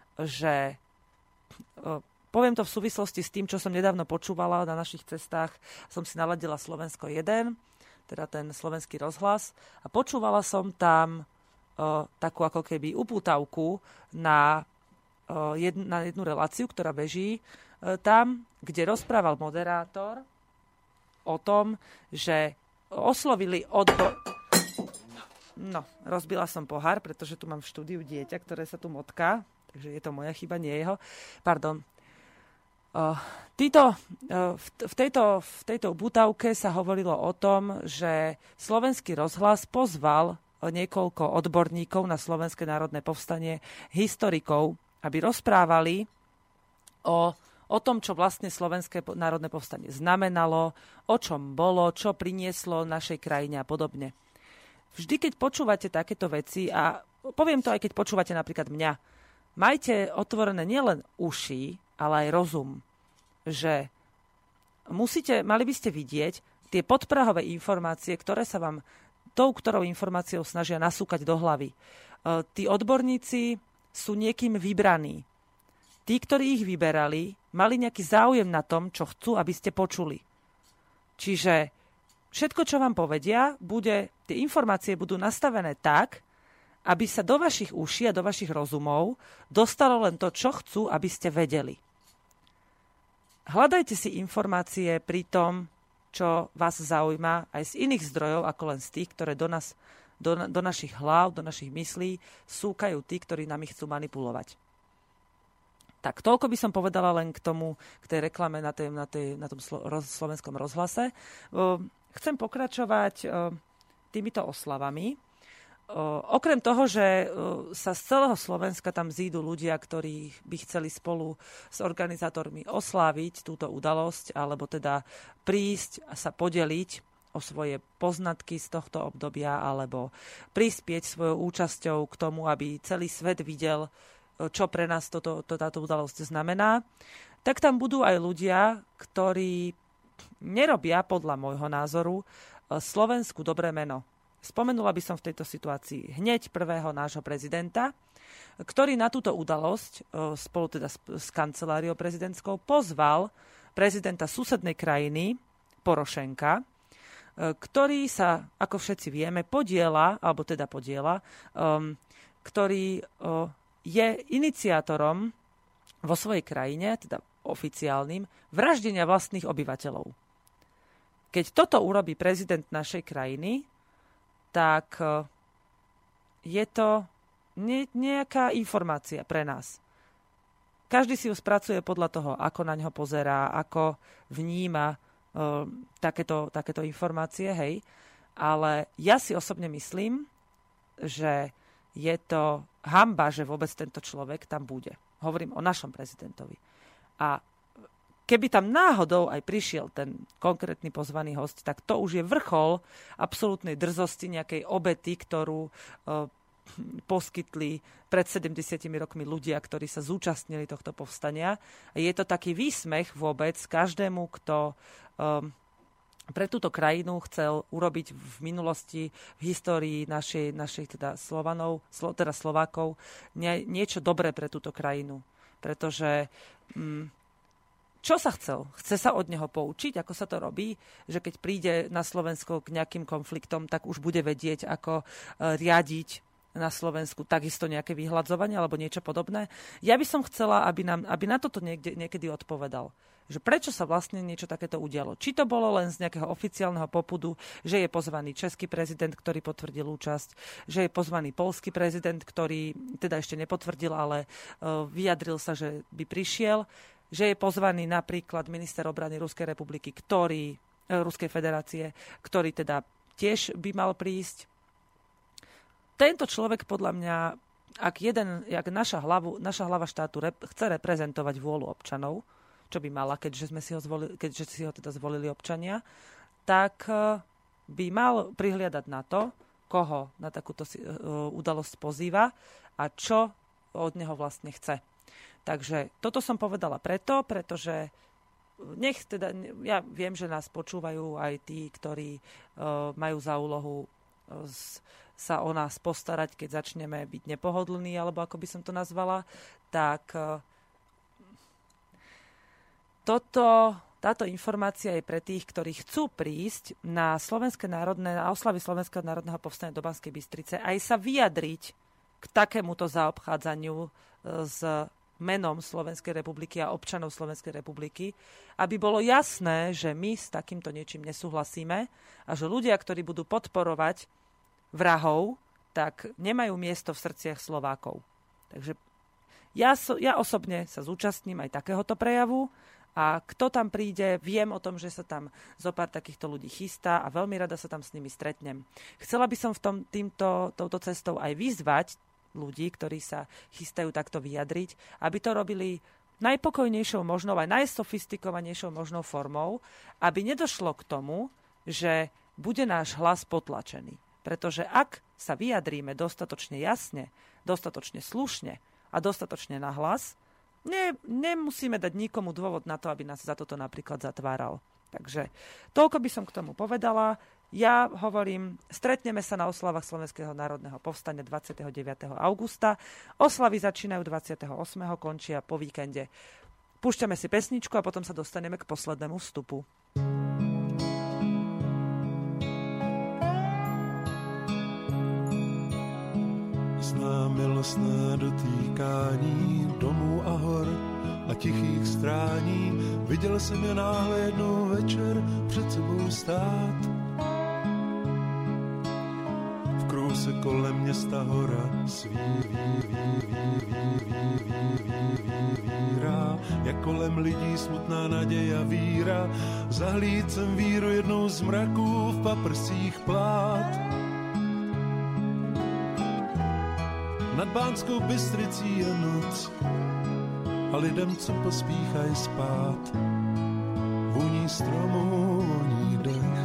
že poviem to v súvislosti s tým, čo som nedávno počúvala na našich cestách. Som si naladila Slovensko jeden, teda ten slovenský rozhlas, a počúvala som tam o, takú ako keby upútavku na, o, jed, na jednu reláciu, ktorá beží o, tam, kde rozprával moderátor o tom, že oslovili odbo... No, rozbila som pohár, pretože tu mám v štúdiu dieťa, ktoré sa tu motká, takže je to moja chyba, nie jeho. Pardon. Uh, títo, uh, v, v, tejto, v tejto upútavke sa hovorilo o tom, že Slovenský rozhlas pozval niekoľko odborníkov na Slovenské národné povstanie, historikov, aby rozprávali o, o tom, čo vlastne Slovenské národné povstanie znamenalo, o čom bolo, čo prinieslo našej krajine a podobne. Vždy, keď počúvate takéto veci, a poviem to aj keď počúvate napríklad mňa, majte otvorené nielen uši, ale aj rozum, že musíte, mali by ste vidieť tie podprahové informácie, ktoré sa vám tou, ktorou informáciou snažia nasúkať do hlavy. E, tí odborníci sú niekým vybraní. Tí, ktorí ich vyberali, mali nejaký záujem na tom, čo chcú, aby ste počuli. Čiže všetko, čo vám povedia, bude, tie informácie budú nastavené tak, aby sa do vašich uší a do vašich rozumov dostalo len to, čo chcú, aby ste vedeli. Hľadajte si informácie pri tom, čo vás zaujíma aj z iných zdrojov, ako len z tých, ktoré do nás, do, do našich hlav, do našich myslí súkajú tí, ktorí nami chcú manipulovať. Tak toľko by som povedala len k tomu, k tej reklame na, tej, na, tej, na tom slo, roz, slovenskom rozhlase. Chcem pokračovať týmito oslavami. Okrem toho, že sa z celého Slovenska tam zídu ľudia, ktorí by chceli spolu s organizátormi osláviť túto udalosť, alebo teda prísť a sa podeliť o svoje poznatky z tohto obdobia, alebo prispieť svojou účasťou k tomu, aby celý svet videl, čo pre nás toto, to, táto udalosť znamená, tak tam budú aj ľudia, ktorí nerobia, podľa môjho názoru, Slovensku dobré meno. Spomenula by som v tejto situácii hneď prvého nášho prezidenta, ktorý na túto udalosť spolu teda s kanceláriou prezidentskou pozval prezidenta susednej krajiny Porošenka, ktorý sa, ako všetci vieme, podiela, alebo teda podiela, um, ktorý uh, je iniciátorom vo svojej krajine, teda oficiálnym, vraždenia vlastných obyvateľov. Keď toto urobí prezident našej krajiny, tak je to ne, nejaká informácia pre nás. Každý si ju spracuje podľa toho, ako na ňo pozerá, ako vníma uh, takéto, takéto informácie, hej. Ale ja si osobne myslím, že je to hanba, že vôbec tento človek tam bude. Hovorím o našom prezidentovi. A keby tam náhodou aj prišiel ten konkrétny pozvaný host, tak to už je vrchol absolútnej drzosti, nejakej obety, ktorú e, poskytli pred sedemdesiatimi rokmi ľudia, ktorí sa zúčastnili tohto povstania. A je to taký výsmech vôbec každému, kto e, pre túto krajinu chcel urobiť v minulosti, v histórii našej, našej teda Slovanov, slo, teda Slovákov, nie, niečo dobré pre túto krajinu. Pretože mm, čo sa chcel? Chce sa od neho poučiť, ako sa to robí, že keď príde na Slovensko k nejakým konfliktom, tak už bude vedieť, ako riadiť na Slovensku takisto nejaké vyhľadzovanie alebo niečo podobné. Ja by som chcela, aby, nám, aby na toto niekde, niekedy odpovedal. Že prečo sa vlastne niečo takéto udialo. Či to bolo len z nejakého oficiálneho popudu, že je pozvaný český prezident, ktorý potvrdil účasť, že je pozvaný poľský prezident, ktorý teda ešte nepotvrdil, ale uh, vyjadril sa, že by prišiel, že je pozvaný napríklad minister obrany Ruskej republiky, ktorý, uh, Ruskej federácie, ktorý teda tiež by mal prísť. Tento človek podľa mňa, ak jeden, jak naša, hlavu, naša hlava štátu rep, chce reprezentovať vôľu občanov, čo by mala, keďže, sme si ho zvolili, keďže si ho teda zvolili občania, tak by mal prihliadať na to, koho na takúto udalosť pozýva a čo od neho vlastne chce. Takže toto som povedala preto, pretože nech teda, ja viem, že nás počúvajú aj tí, ktorí uh, majú za úlohu uh, sa o nás postarať, keď začneme byť nepohodlní, alebo ako by som to nazvala, tak uh, Toto, táto informácia je pre tých, ktorí chcú prísť na Slovenské národné, na oslavy Slovenského národného povstania do Banskej Bystrice aj sa vyjadriť k takémuto zaobchádzaniu s menom Slovenskej republiky a občanov Slovenskej republiky, aby bolo jasné, že my s takýmto niečím nesúhlasíme a že ľudia, ktorí budú podporovať vrahov, tak nemajú miesto v srdciach Slovákov. Takže ja, so, ja osobne sa zúčastním aj takéhoto prejavu. A kto tam príde, viem o tom, že sa tam zo pár takýchto ľudí chystá a veľmi rada sa tam s nimi stretnem. Chcela by som v tom, týmto, touto cestou aj vyzvať ľudí, ktorí sa chystajú takto vyjadriť, aby to robili najpokojnejšou možnou, aj najsofistikovanejšou možnou formou, aby nedošlo k tomu, že bude náš hlas potlačený. Pretože ak sa vyjadríme dostatočne jasne, dostatočne slušne a dostatočne nahlas, Ne, nemusíme dať nikomu dôvod na to, aby nás za toto napríklad zatváral. Takže toľko by som k tomu povedala. Ja hovorím, stretneme sa na oslavách Slovenského národného povstania dvadsiateho deviateho augusta. Oslavy začínajú dvadsiateho ôsmeho končia po víkende. Púšťame si pesničku a potom sa dostaneme k poslednému vstupu. Zná milostné dotýkání domů a hor a tichých strání. Viděl jsem je náhle jednou večer před sebou stát. V kruhu se kolem města hora svír, vír, vír, vír, vír, vír, vír, vír, vír, vírá. Jak kolem lidí smutná naděj a víra. Zahlíd jsem víru jednou z mraků v paprsích plát. Nad Bánskou Bystricí je noc a lidem, co pospíchají spát, vůní stromů voní dech.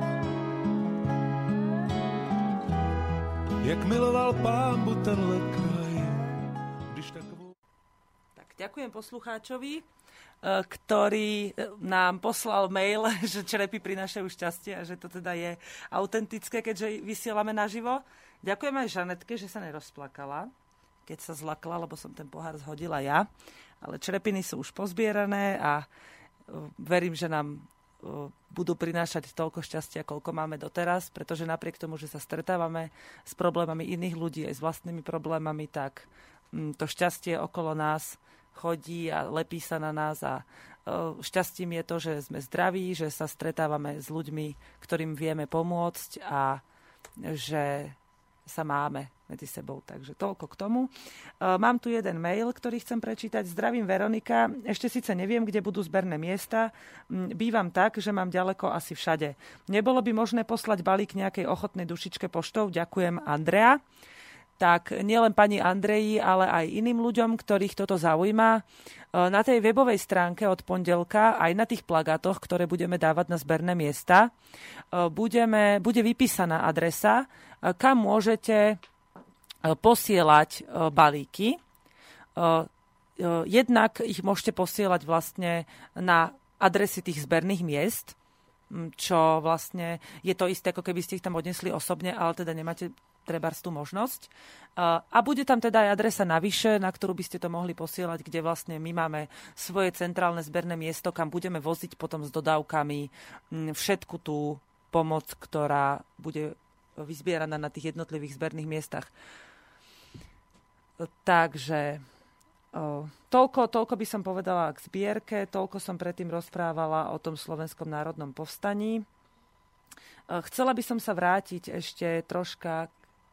Jak miloval Pánbu tenhle kraj, když takovou... Tak ďakujem poslucháčovi, ktorý nám poslal mail, že črepy prinášajú šťastie a že to teda je autentické, keďže vysielame naživo. Ďakujem aj Žanetke, že sa nerozplakala, keď sa zlakla, lebo som ten pohár zhodila ja. Ale črepiny sú už pozbierané a verím, že nám budú prinášať toľko šťastia, koľko máme doteraz, pretože napriek tomu, že sa stretávame s problémami iných ľudí aj s vlastnými problémami, tak to šťastie okolo nás chodí a lepí sa na nás a šťastím je to, že sme zdraví, že sa stretávame s ľuďmi, ktorým vieme pomôcť a že sa máme medzi sebou. Takže toľko k tomu. Mám tu jeden mail, ktorý chcem prečítať. Zdravím, Veronika. Ešte síce neviem, kde budú zberné miesta. Bývam tak, že mám ďaleko asi všade. Nebolo by možné poslať balík nejakej ochotnej dušičke poštou? Ďakujem, Andrea. Tak nielen pani Andreji, ale aj iným ľuďom, ktorých toto zaujíma. Na tej webovej stránke od pondelka, aj na tých plagátoch, ktoré budeme dávať na zberné miesta, budeme, bude vypísaná adresa, kam môžete posielať balíky. Jednak ich môžete posielať vlastne na adresy tých zberných miest, čo vlastne je to isté, ako keby ste ich tam odnesli osobne, ale teda nemáte trebárs tú možnosť. A bude tam teda aj adresa navyše, na ktorú by ste to mohli posielať, kde vlastne my máme svoje centrálne zberné miesto, kam budeme voziť potom s dodávkami všetku tú pomoc, ktorá bude vyzbieraná na tých jednotlivých zberných miestach. Takže toľko, toľko by som povedala k zbierke, toľko som predtým rozprávala o tom Slovenskom národnom povstaní. Chcela by som sa vrátiť ešte troška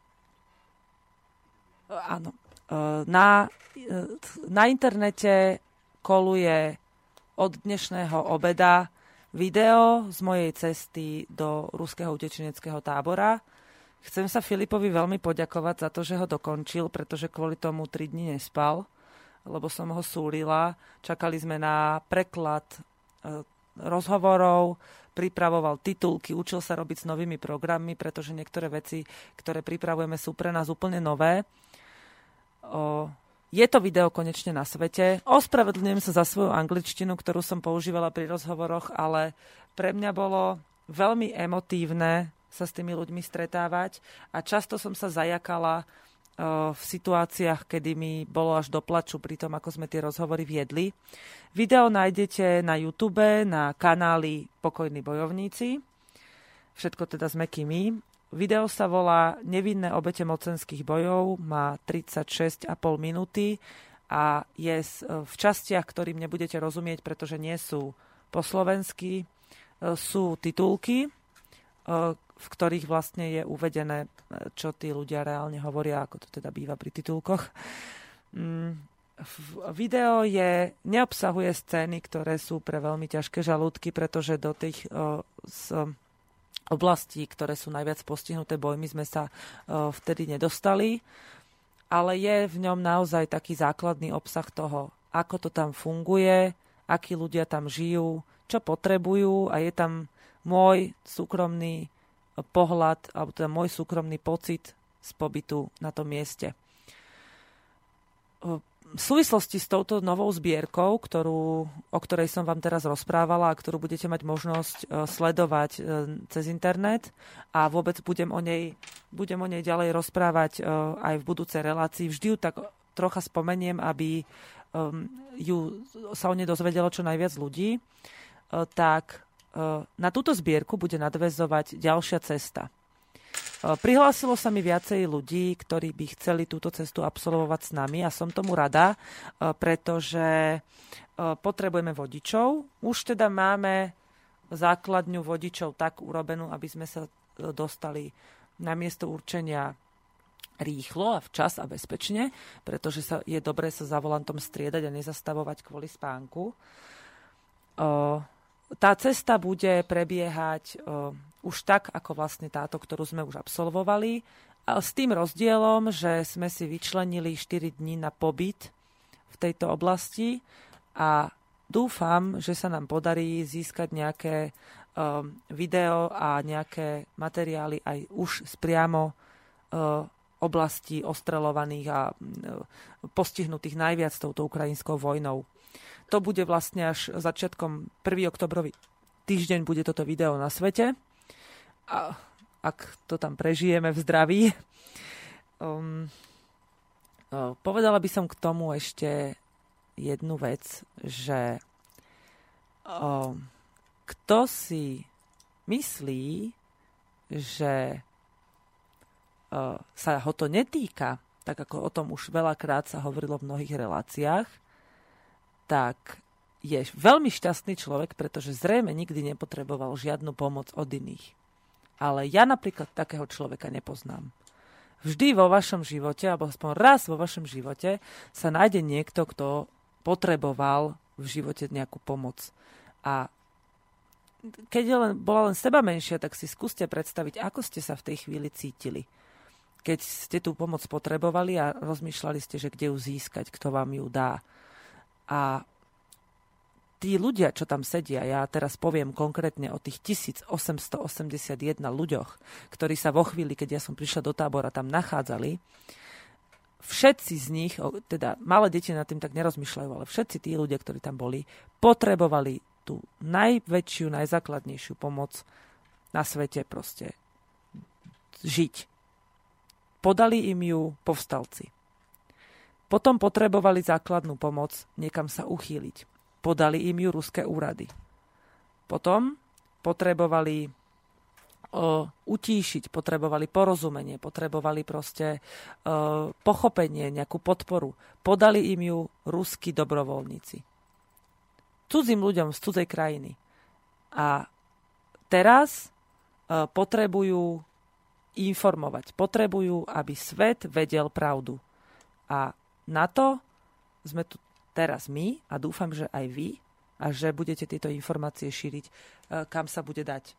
áno, na, na internete koluje od dnešného obeda video z mojej cesty do ruského utečeneckého tábora. Chcem sa Filipovi veľmi poďakovať za to, že ho dokončil, pretože kvôli tomu tri dni nespal, lebo som ho súlila. Čakali sme na preklad rozhovorov, pripravoval titulky, učil sa robiť s novými programmi, pretože niektoré veci, ktoré pripravujeme, sú pre nás úplne nové. O, je to video konečne na svete. Ospravedlňujem sa za svoju angličtinu, ktorú som používala pri rozhovoroch, ale pre mňa bolo veľmi emotívne sa s tými ľuďmi stretávať a často som sa zajakala o, v situáciách, kedy mi bolo až do plaču pri tom, ako sme tie rozhovory viedli. Video nájdete na YouTube, na kanáli Pokojní bojovníci. Všetko teda s mäkkými. Video sa volá Nevinné obete mocenských bojov, má tridsaťšesť a pol minúty a je v častiach, ktorým nebudete rozumieť, pretože nie sú po slovensky. Sú titulky, v ktorých vlastne je uvedené, čo tí ľudia reálne hovoria, ako to teda býva pri titulkoch. Video je, neobsahuje scény, ktoré sú pre veľmi ťažké žalúdky, pretože do tých z oblastí, ktoré sú najviac postihnuté bojmi, sme sa uh, vtedy nedostali, ale je v ňom naozaj taký základný obsah toho, ako to tam funguje, akí ľudia tam žijú, čo potrebujú a je tam môj súkromný pohľad, alebo teda môj súkromný pocit z pobytu na tom mieste. Uh, V súvislosti s touto novou zbierkou, ktorú, o ktorej som vám teraz rozprávala a ktorú budete mať možnosť sledovať cez internet a vôbec budem o nej, budem o nej ďalej rozprávať aj v budúcej relácii. Vždy ju tak trocha spomeniem, aby um, ju, sa o nej dozvedelo čo najviac ľudí, uh, tak uh, na túto zbierku bude nadväzovať ďalšia cesta. Uh, prihlásilo sa mi viacej ľudí, ktorí by chceli túto cestu absolvovať s nami a som tomu rada, uh, pretože uh, potrebujeme vodičov. Už teda máme základňu vodičov tak urobenú, aby sme sa dostali na miesto určenia rýchlo a včas a bezpečne, pretože sa, je dobré sa za volantom striedať a nezastavovať kvôli spánku. O, tá cesta bude prebiehať o, už tak, ako vlastne táto, ktorú sme už absolvovali, a s tým rozdielom, že sme si vyčlenili štyri dni na pobyt v tejto oblasti a dúfam, že sa nám podarí získať nejaké um, video a nejaké materiály aj už z priamo uh, oblasti ostrelovaných a uh, postihnutých najviac touto ukrajinskou vojnou. To bude vlastne až začiatkom prvého oktobrový týždeň bude toto video na svete. A ak to tam prežijeme v zdraví. Um, uh, povedala by som k tomu ešte jednu vec, že o, kto si myslí, že o, sa ho to netýka, tak ako o tom už veľakrát sa hovorilo v mnohých reláciách, tak je veľmi šťastný človek, pretože zrejme nikdy nepotreboval žiadnu pomoc od iných. Ale ja napríklad takého človeka nepoznám. Vždy vo vašom živote, alebo aspoň raz vo vašom živote sa nájde niekto, kto potreboval v živote nejakú pomoc. A keď len, bola len seba menšia, tak si skúste predstaviť, ako ste sa v tej chvíli cítili. Keď ste tú pomoc potrebovali a rozmýšľali ste, že kde ju získať, kto vám ju dá. A tí ľudia, čo tam sedia, ja teraz poviem konkrétne o tých tisícosemstoosemdesiatjeden ľuďoch, ktorí sa vo chvíli, keď ja som prišla do tábora, tam nachádzali, všetci z nich, teda malé deti nad tým tak nerozmýšľajú, ale všetci tí ľudia, ktorí tam boli, potrebovali tú najväčšiu, najzákladnejšiu pomoc na svete proste žiť. Podali im ju povstalci. Potom potrebovali základnú pomoc niekam sa uchýliť. Podali im ju ruské úrady. Potom potrebovali O, utíšiť, potrebovali porozumenie, potrebovali proste o, pochopenie, nejakú podporu. Podali im ju ruskí dobrovoľníci. Cudzým ľuďom z cudzej krajiny. A teraz o, potrebujú informovať, potrebujú, aby svet vedel pravdu. A na to sme tu teraz my a dúfam, že aj vy a že budete tieto informácie šíriť, o, kam sa bude dať.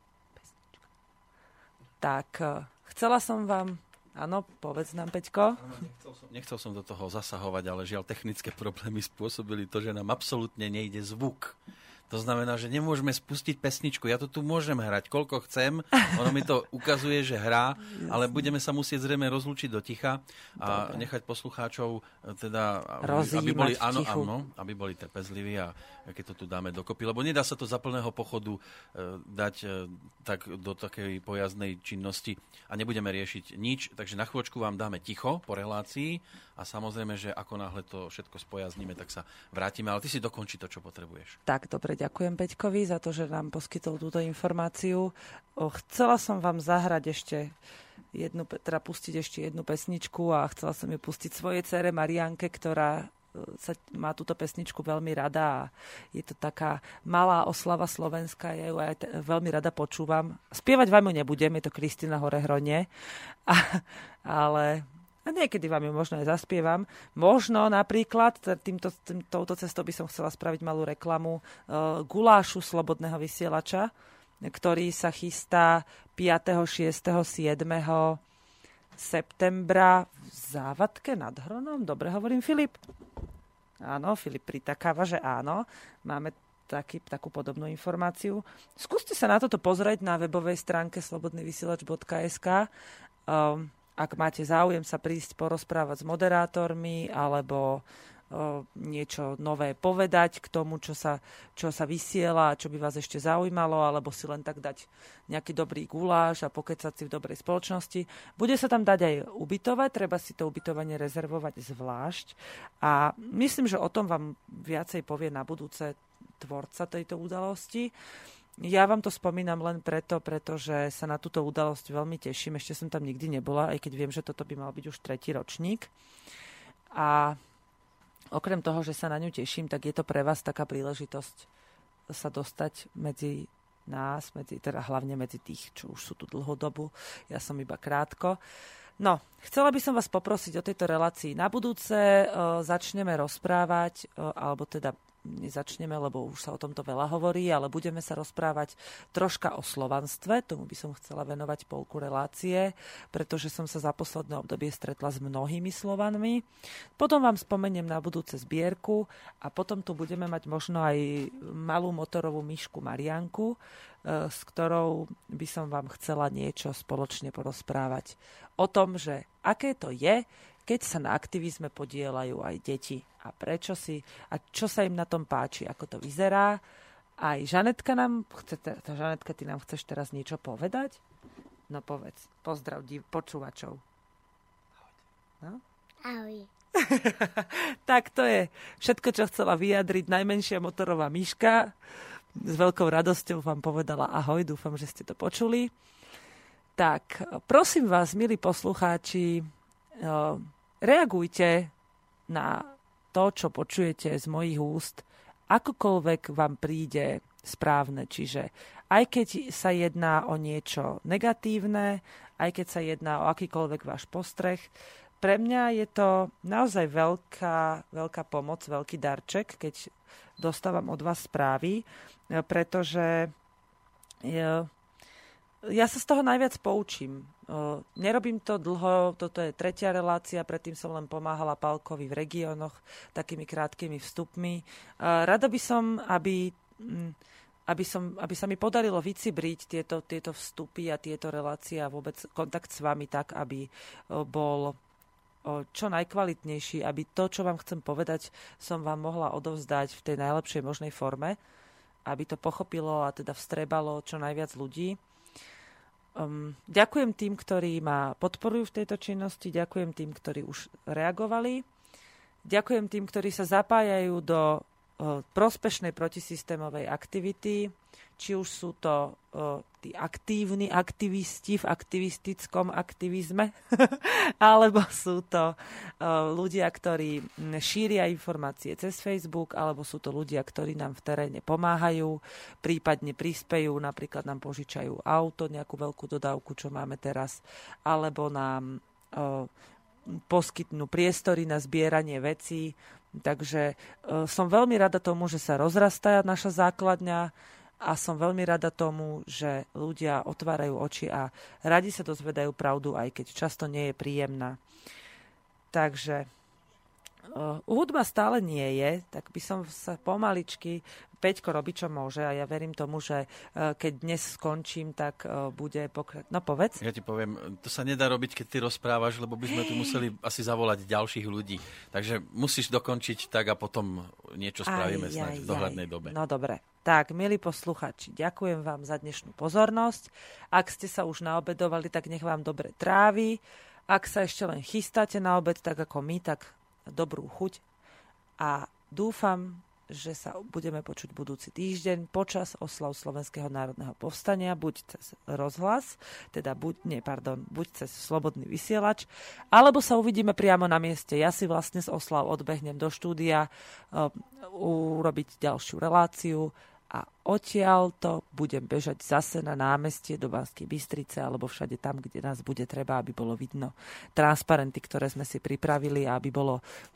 Tak, chcela som vám... Áno, povedz nám, Peťko. Nechcel som, nechcel som do toho zasahovať, ale žiaľ, technické problémy spôsobili to, že nám absolútne nejde zvuk. To znamená, že nemôžeme spustiť pesničku. Ja to tu môžem hrať, koľko chcem. Ono mi to ukazuje, že hrá, ale budeme sa musieť zrejme rozlúčiť do ticha a Dobre. nechať poslucháčov teda, aby boli, áno, áno, aby boli trpezliví a keď to tu dáme dokopy. Lebo nedá sa to za plného pochodu e, dať e, tak do takej pojazdnej činnosti a nebudeme riešiť nič. Takže na chvíľočku vám dáme ticho po relácii a samozrejme, že ako náhle to všetko spojazníme, tak sa vrátime. Ale ty si dokončí to, čo potrebuješ. Tak, dobre. Ďakujem Peťkovi za to, že nám poskytol túto informáciu. O, chcela som vám zahrať ešte jednu, teda pustiť ešte jednu pesničku a chcela som ju pustiť svojej dcére Marianke, ktorá sa má túto pesničku veľmi rada a je to taká malá oslava Slovenska, ja ju aj t- veľmi rada počúvam. Spievať vám ju nebudem, je to Kristina Horehronie, a, ale... A niekedy vám ju možno aj zaspievam. Možno napríklad, týmto, tým, touto cestou by som chcela spraviť malú reklamu uh, gulášu Slobodného vysielača, ktorý sa chystá piateho, šiesteho, siedmeho septembra v Závadke nad Hronom. Dobre hovorím, Filip? Áno, Filip pritakáva, že áno. Máme taký, takú podobnú informáciu. Skúste sa na toto pozrieť na webovej stránke slobodnyvysielač bodka es ká. Um, Ak máte záujem sa prísť porozprávať s moderátormi alebo niečo nové povedať k tomu, čo sa, čo sa vysiela, čo by vás ešte zaujímalo, alebo si len tak dať nejaký dobrý guláš a pokecať si v dobrej spoločnosti. Bude sa tam dať aj ubytovať, treba si to ubytovanie rezervovať zvlášť. A myslím, že o tom vám viacej povie na budúce tvorca tejto udalosti. Ja vám to spomínam len preto, pretože sa na túto udalosť veľmi teším. Ešte som tam nikdy nebola, aj keď viem, že toto by mal byť už tretí ročník. A okrem toho, že sa na ňu teším, tak je to pre vás taká príležitosť sa dostať medzi nás, medzi, teda hlavne medzi tých, čo už sú tu dlhodobu. Ja som iba krátko. No, chcela by som vás poprosiť o tejto relácii. Na budúce e, začneme rozprávať, e, alebo teda nezačneme, lebo už sa o tomto veľa hovorí, ale budeme sa rozprávať troška o slovanstve. Tomu by som chcela venovať polku relácie, pretože som sa za posledné obdobie stretla s mnohými Slovanmi. Potom vám spomeniem na budúce zbierku a potom tu budeme mať možno aj malú motorovú myšku Marianku, s ktorou by som vám chcela niečo spoločne porozprávať o tom, že aké to je, keď sa na aktivizme podieľajú aj deti a prečo si, a čo sa im na tom páči, ako to vyzerá. Aj Žanetka nám, chce, tá Žanetka, ty nám chceš teraz niečo povedať? No povedz, pozdrav div, počúvačov. No? Ahoj. Tak to je všetko, čo chcela vyjadriť najmenšia motorová myška. S veľkou radosťou vám povedala ahoj, dúfam, že ste to počuli. Tak, prosím vás, milí poslucháči, reagujte na to, čo počujete z mojich úst, akokoľvek vám príde správne. Čiže aj keď sa jedná o niečo negatívne, aj keď sa jedná o akýkoľvek váš postreh, pre mňa je to naozaj veľká, veľká pomoc, veľký darček, keď dostávam od vás správy, pretože ja sa z toho najviac poučím. Nerobím to dlho, toto je tretia relácia, predtým som len pomáhala Pálkovi v regiónoch takými krátkými vstupmi. Rada by som, aby, aby, som, aby sa mi podarilo vycibriť tieto, tieto vstupy a tieto relácie a vôbec kontakt s vami tak, aby bol čo najkvalitnejší, aby to, čo vám chcem povedať, som vám mohla odovzdať v tej najlepšej možnej forme, aby to pochopilo a teda vstrebalo čo najviac ľudí. Um, ďakujem tým, ktorí ma podporujú v tejto činnosti, ďakujem tým, ktorí už reagovali, ďakujem tým, ktorí sa zapájajú do uh, prospešnej protisystémovej aktivity, či už sú to uh, tí aktívni aktivisti v aktivistickom aktivizme, alebo sú to uh, ľudia, ktorí šíria informácie cez Facebook, alebo sú to ľudia, ktorí nám v teréne pomáhajú, prípadne prispejú, napríklad nám požičajú auto, nejakú veľkú dodávku, čo máme teraz, alebo nám uh, poskytnú priestory na zbieranie vecí. Takže uh, som veľmi rada tomu, že sa rozrastá naša základňa, a som veľmi rada tomu, že ľudia otvárajú oči a radi sa dozvedajú pravdu, aj keď často nie je príjemná. Takže uh, hudba stále nie je, tak by som sa pomaličky, Peťko robí, čo môže a ja verím tomu, že uh, keď dnes skončím, tak uh, bude pokračovať. No povedz. Ja ti poviem, to sa nedá robiť, keď ty rozprávaš, lebo by sme tu museli asi zavolať ďalších ľudí. Takže musíš dokončiť tak a potom niečo spravíme aj, snáď aj, v dohľadnej aj. dobe. No dobre. Tak, milí posluchači, ďakujem vám za dnešnú pozornosť. Ak ste sa už naobedovali, tak nech vám dobre trávi. Ak sa ešte len chystáte na obed, tak ako my, tak dobrú chuť. A dúfam, že sa budeme počuť budúci týždeň počas oslav Slovenského národného povstania, buď cez rozhlas, teda buď, nie, pardon, buď cez slobodný vysielač, alebo sa uvidíme priamo na mieste. Ja si vlastne z oslav odbehnem do štúdia uh, urobiť ďalšiu reláciu a odtiaľ to budem bežať zase na námestie do Banskej Bystrice alebo všade tam, kde nás bude treba, aby bolo vidno transparenty, ktoré sme si pripravili a aby bolo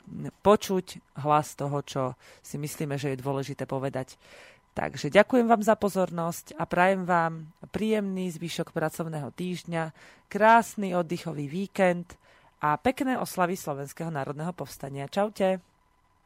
počuť hlas toho, čo si myslíme, že je dôležité povedať. Takže ďakujem vám za pozornosť a prajem vám príjemný zvyšok pracovného týždňa, krásny oddychový víkend a pekné oslavy Slovenského národného povstania. Čaute.